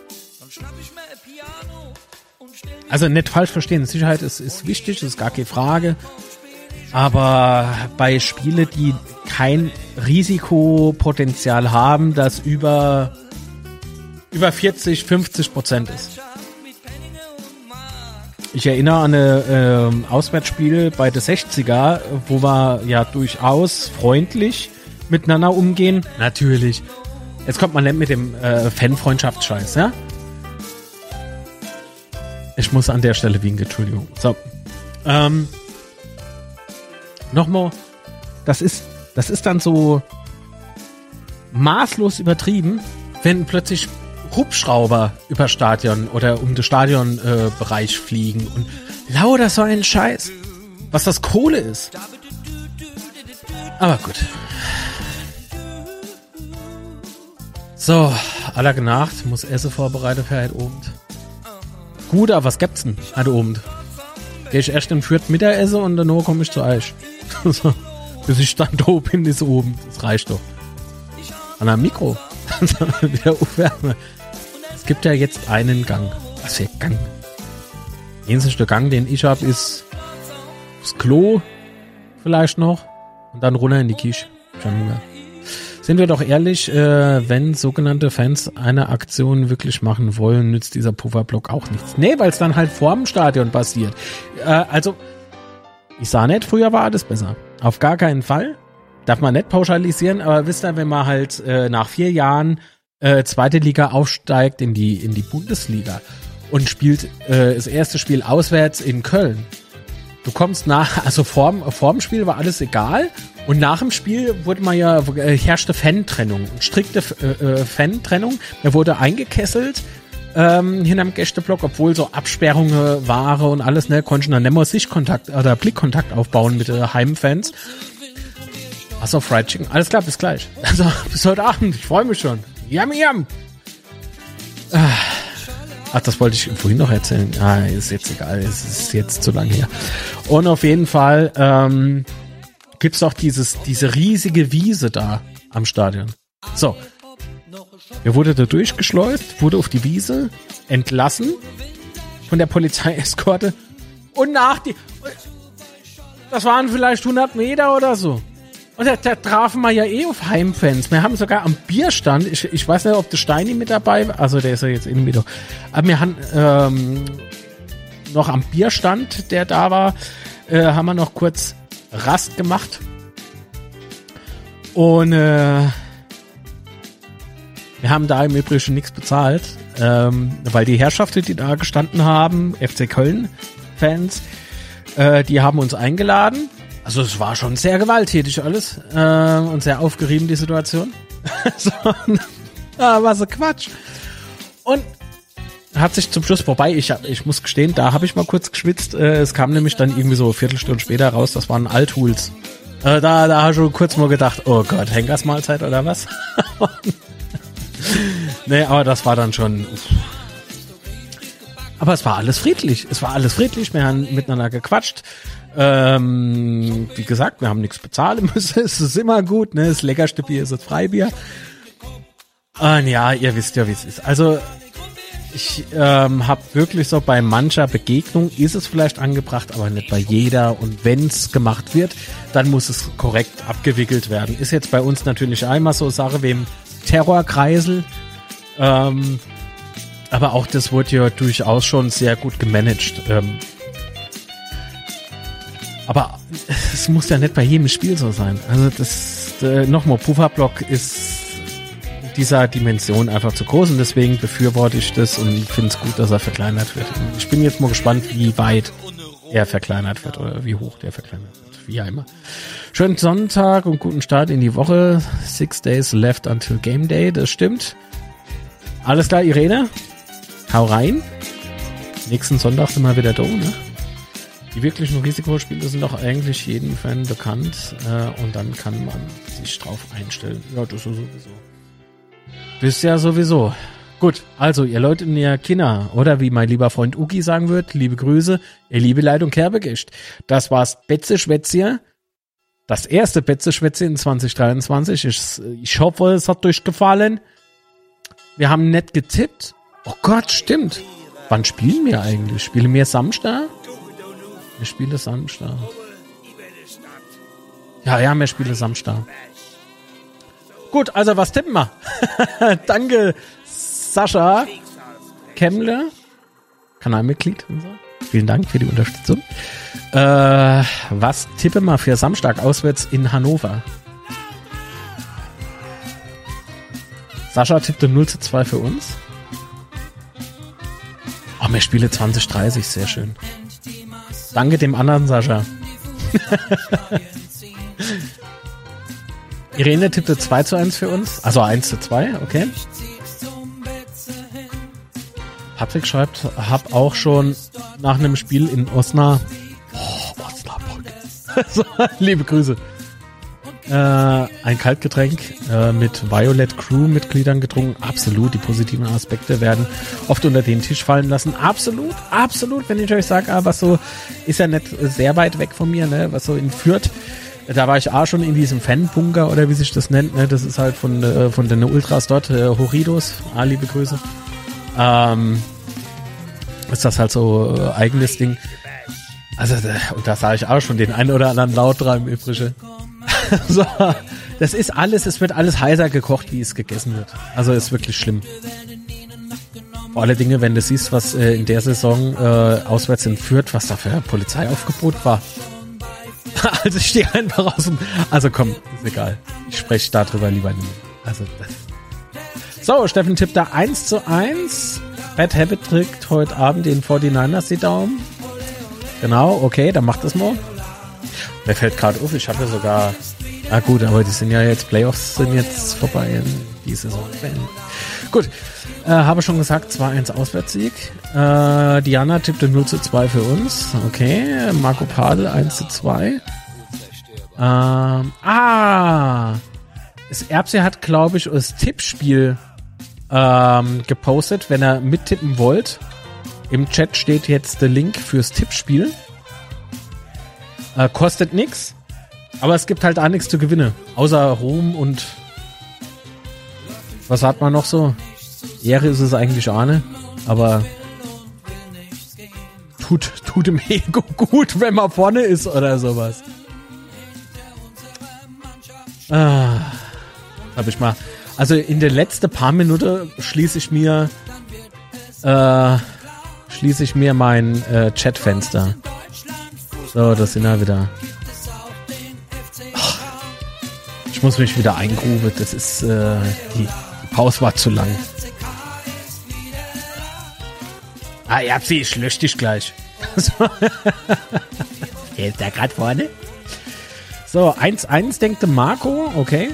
Also nicht falsch verstehen, Sicherheit ist wichtig, das ist gar keine Frage. Aber bei Spielen, die kein Risikopotenzial haben, das über 40-50% ist. Ich erinnere an eine Auswärtsspiele bei der 60er, wo wir ja durchaus freundlich miteinander umgehen. Natürlich. Jetzt kommt man nicht mit dem Fanfreundschaftsscheiß, ja? Ich muss an der Stelle winken, Entschuldigung. So. Nochmal, das ist dann so maßlos übertrieben, wenn plötzlich Hubschrauber über Stadion oder um den Stadionbereich fliegen und lauter so ein Scheiß, was das Kohle ist. Aber gut. So, aller Nacht, muss Essen vorbereitet für heute Abend. Gut, aber was gibt's denn heute Abend? Geh ich erst in Fürth Mittagessen und dann komme ich zu euch. So, bis ich dann da bin, ist oben. Das reicht doch. An einem Mikro. Wieder aufwärmen. Es gibt ja jetzt einen Gang. Was für ein Gang? Der einzige Gang, den ich habe, ist das Klo vielleicht noch und dann runter in die Küche. Sind wir doch ehrlich, wenn sogenannte Fans eine Aktion wirklich machen wollen, nützt dieser Pufferblock auch nichts. Nee, weil es dann halt vorm Stadion passiert. Also, ich sah nicht, früher war alles besser. Auf gar keinen Fall. Darf man nicht pauschalisieren, aber wisst ihr, wenn man halt nach 4 Jahren zweite Liga aufsteigt in die Bundesliga und spielt das erste Spiel auswärts in Köln. Du kommst also vorm Spiel war alles egal und nach dem Spiel herrschte Fan-Trennung, strikte Fan-Trennung. Er wurde eingekesselt hinterm Gästeblock, obwohl so Absperrungen waren und alles, ne, konnte dann nicht mehr Sichtkontakt oder Blickkontakt aufbauen mit Heimfans. Achso, Fried Chicken. Alles klar, bis gleich. Also, bis heute Abend. Ich freue mich schon. Yummy, yum. Ach, das wollte ich vorhin noch erzählen. Ist jetzt egal. Es ist jetzt zu lang her. Und auf jeden Fall gibt's auch diese riesige Wiese da am Stadion. So. Er wurde da durchgeschleust, wurde auf die Wiese entlassen von der Polizeieskorte und das waren vielleicht 100 Meter oder so. Und da trafen wir ja auf Heimfans. Wir haben sogar am Bierstand, ich weiß nicht, ob der Steini mit dabei war, also der ist ja jetzt in Mittag, aber wir haben noch am Bierstand, der da war, haben wir noch kurz Rast gemacht. Und wir haben da im Übrigen nichts bezahlt, weil die Herrschaften, die da gestanden haben, FC Köln-Fans, die haben uns eingeladen. Also es war schon sehr gewalttätig alles und sehr aufgerieben, die Situation. So, war so Quatsch. Und hat sich zum Schluss, wobei ich muss gestehen, da habe ich mal kurz geschwitzt. Es kam nämlich dann irgendwie so eine Viertelstunde später raus, das waren Althuls. Da habe ich schon kurz mal gedacht, oh Gott, Henkersmahlzeit oder was? Nee, aber das war dann schon... Aber es war alles friedlich. Wir haben miteinander gequatscht. Wie gesagt, wir haben nichts bezahlen müssen. Es ist immer gut, ne? Das leckerste Bier ist das Freibier. Und ja, ihr wisst ja, wie es ist. Also ich habe wirklich so bei mancher Begegnung ist es vielleicht angebracht, aber nicht bei jeder. Und wenn es gemacht wird, dann muss es korrekt abgewickelt werden. Ist jetzt bei uns natürlich einmal so Sache wie im Terrorkreisel. Aber auch das wurde ja durchaus schon sehr gut gemanagt. Aber es muss ja nicht bei jedem Spiel so sein. Also das nochmal, Pufferblock ist dieser Dimension einfach zu groß und deswegen befürworte ich das und finde es gut, dass er verkleinert wird. Ich bin jetzt mal gespannt, wie weit er verkleinert wird oder wie hoch der verkleinert wird. Wie immer. Schönen Sonntag und guten Start in die Woche. 6 days left until Game Day, das stimmt. Alles klar, Irene? Hau rein. Nächsten Sonntag sind wir wieder da, ne? Die wirklichen Risikospiele sind doch eigentlich jedem Fan bekannt und dann kann man sich drauf einstellen. Ja, das ist sowieso. Bist ja sowieso. Gut, also ihr Leute und ihr Kinder, oder wie mein lieber Freund Uki sagen wird, liebe Grüße, ihr liebe Leitung Kerbegischt. Das war's Betze-Schwätzier. Das erste Betze-Schwätzier in 2023. Ich hoffe, es hat euch gefallen. Wir haben nett getippt. Oh Gott, stimmt. Wann spielen wir eigentlich? Spielen wir Samstag? Wir spielen Samstag. Ja, wir spielen Samstag. Gut, also was tippen wir? Danke, Sascha Kemmler, Kanalmitglied. Vielen Dank für die Unterstützung. Was tippen wir für Samstag auswärts in Hannover? Sascha tippte 0:2 für uns. Oh, wir spielen 20:30, sehr schön. Danke dem anderen Sascha. Irene tippte 2:1 für uns. Also 1:2, okay. Patrick schreibt, hab auch schon nach einem Spiel in Osnabrück. So, liebe Grüße. Ein Kaltgetränk mit Violet Crew-Mitgliedern getrunken. Absolut, die positiven Aspekte werden oft unter den Tisch fallen lassen. Absolut, absolut, wenn ich euch sage, was so, ist ja nicht sehr weit weg von mir, ne, was so in Fürth. Da war ich auch schon in diesem Fanbunker oder wie sich das nennt, ne? Das ist halt von den Ultras dort, Horidos, liebe Grüße. Ist das halt so eigenes Ding. Also, und da sah ich auch schon den einen oder anderen Laut dran im Übrigen. So, das ist alles, es wird alles heißer gekocht, wie es gegessen wird. Also ist wirklich schlimm. Vor allen Dingen, wenn du siehst, was in der Saison auswärts in Fürth, was da für ein Polizeiaufgebot war. Also ich stehe einfach aus dem... Also komm, ist egal. Ich spreche darüber lieber nie. Also das. So, Steffen tippt da 1:1. Bad Habit trägt heute Abend den 49ers die Daumen. Genau, okay, dann macht das mal. Mir fällt gerade auf, ich hatte sogar... Ah gut, aber die sind ja jetzt... Playoffs sind jetzt vorbei in die Saison. Gut, habe schon gesagt, 2:1 Auswärtssieg. Diana tippte 0:2 für uns. Okay, Marco Padel 1:2. Das Erbse hat, glaube ich, das Tippspiel gepostet, wenn ihr mittippen wollt. Im Chat steht jetzt der Link fürs Tippspiel. Kostet nix, aber es gibt halt auch nichts zu gewinnen. Außer Ruhm und was hat man noch so? Ehre ist es eigentlich auch nicht, aber tut dem Ego gut, wenn man vorne ist oder sowas. Hab ich mal. Also in den letzten paar Minuten schließe ich mir mein Chatfenster. So, das sind wir wieder. Ich muss mich wieder eingrufen. Das ist die Pause war zu lang. Ja, ich lösche dich gleich. Der ist da gerade vorne. So, 1:1 denkt der Marco, okay.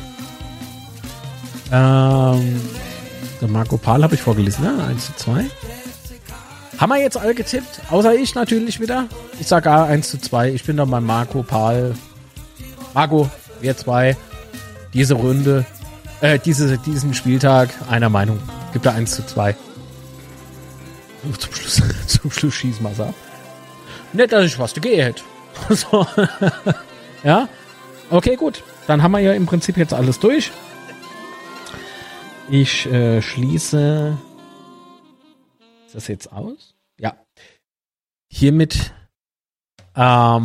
Der Marco Pahl habe ich vorgelesen, ne? 1:2. Haben wir jetzt alle getippt? Außer ich natürlich wieder. Ich sage 1:2. Ich bin doch bei Marco Pahl. Marco, wir zwei. Diese Runde, diesen Spieltag einer Meinung. Gibt da 1:2. Zum Schluss schießen wir es ab. Nicht, dass ich was dagegen hätte. So. Ja? Okay, gut. Dann haben wir ja im Prinzip jetzt alles durch. Ich schließe... Ist das jetzt aus? Ja. Hiermit hat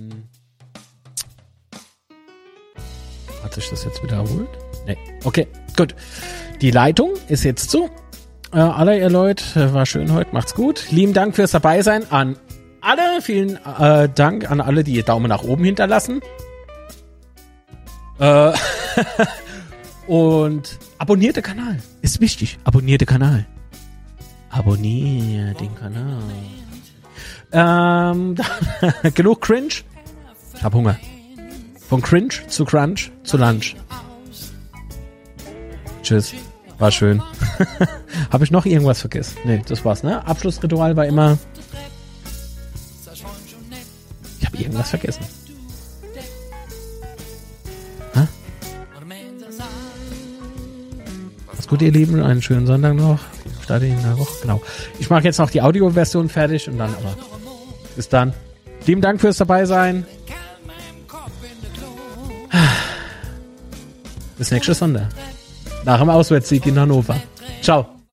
sich das jetzt wiederholt? Nee. Okay, gut. Die Leitung ist jetzt zu. Alle ihr Leute, war schön heute. Macht's gut. Lieben Dank fürs Dabeisein an alle. Vielen Dank an alle, die ihr Daumen nach oben hinterlassen. Und abonniert den Kanal. Ist wichtig. Abonniert den Kanal. Abonniert den Kanal. Genug Cringe. Ich hab Hunger. Von Cringe zu Crunch zu Lunch. Tschüss. War schön. Habe ich noch irgendwas vergessen? Nee, das war's, ne? Abschlussritual war immer... Ich habe irgendwas vergessen. Hä? Macht's gut, ihr Lieben. Einen schönen Sonntag noch. Start in der Woche, genau. Ich mache jetzt noch die Audioversion fertig und dann aber. Bis dann. Lieben Dank fürs dabei sein. Bis nächste Sonntag. Nach dem Auswärtssieg in Hannover. Ciao.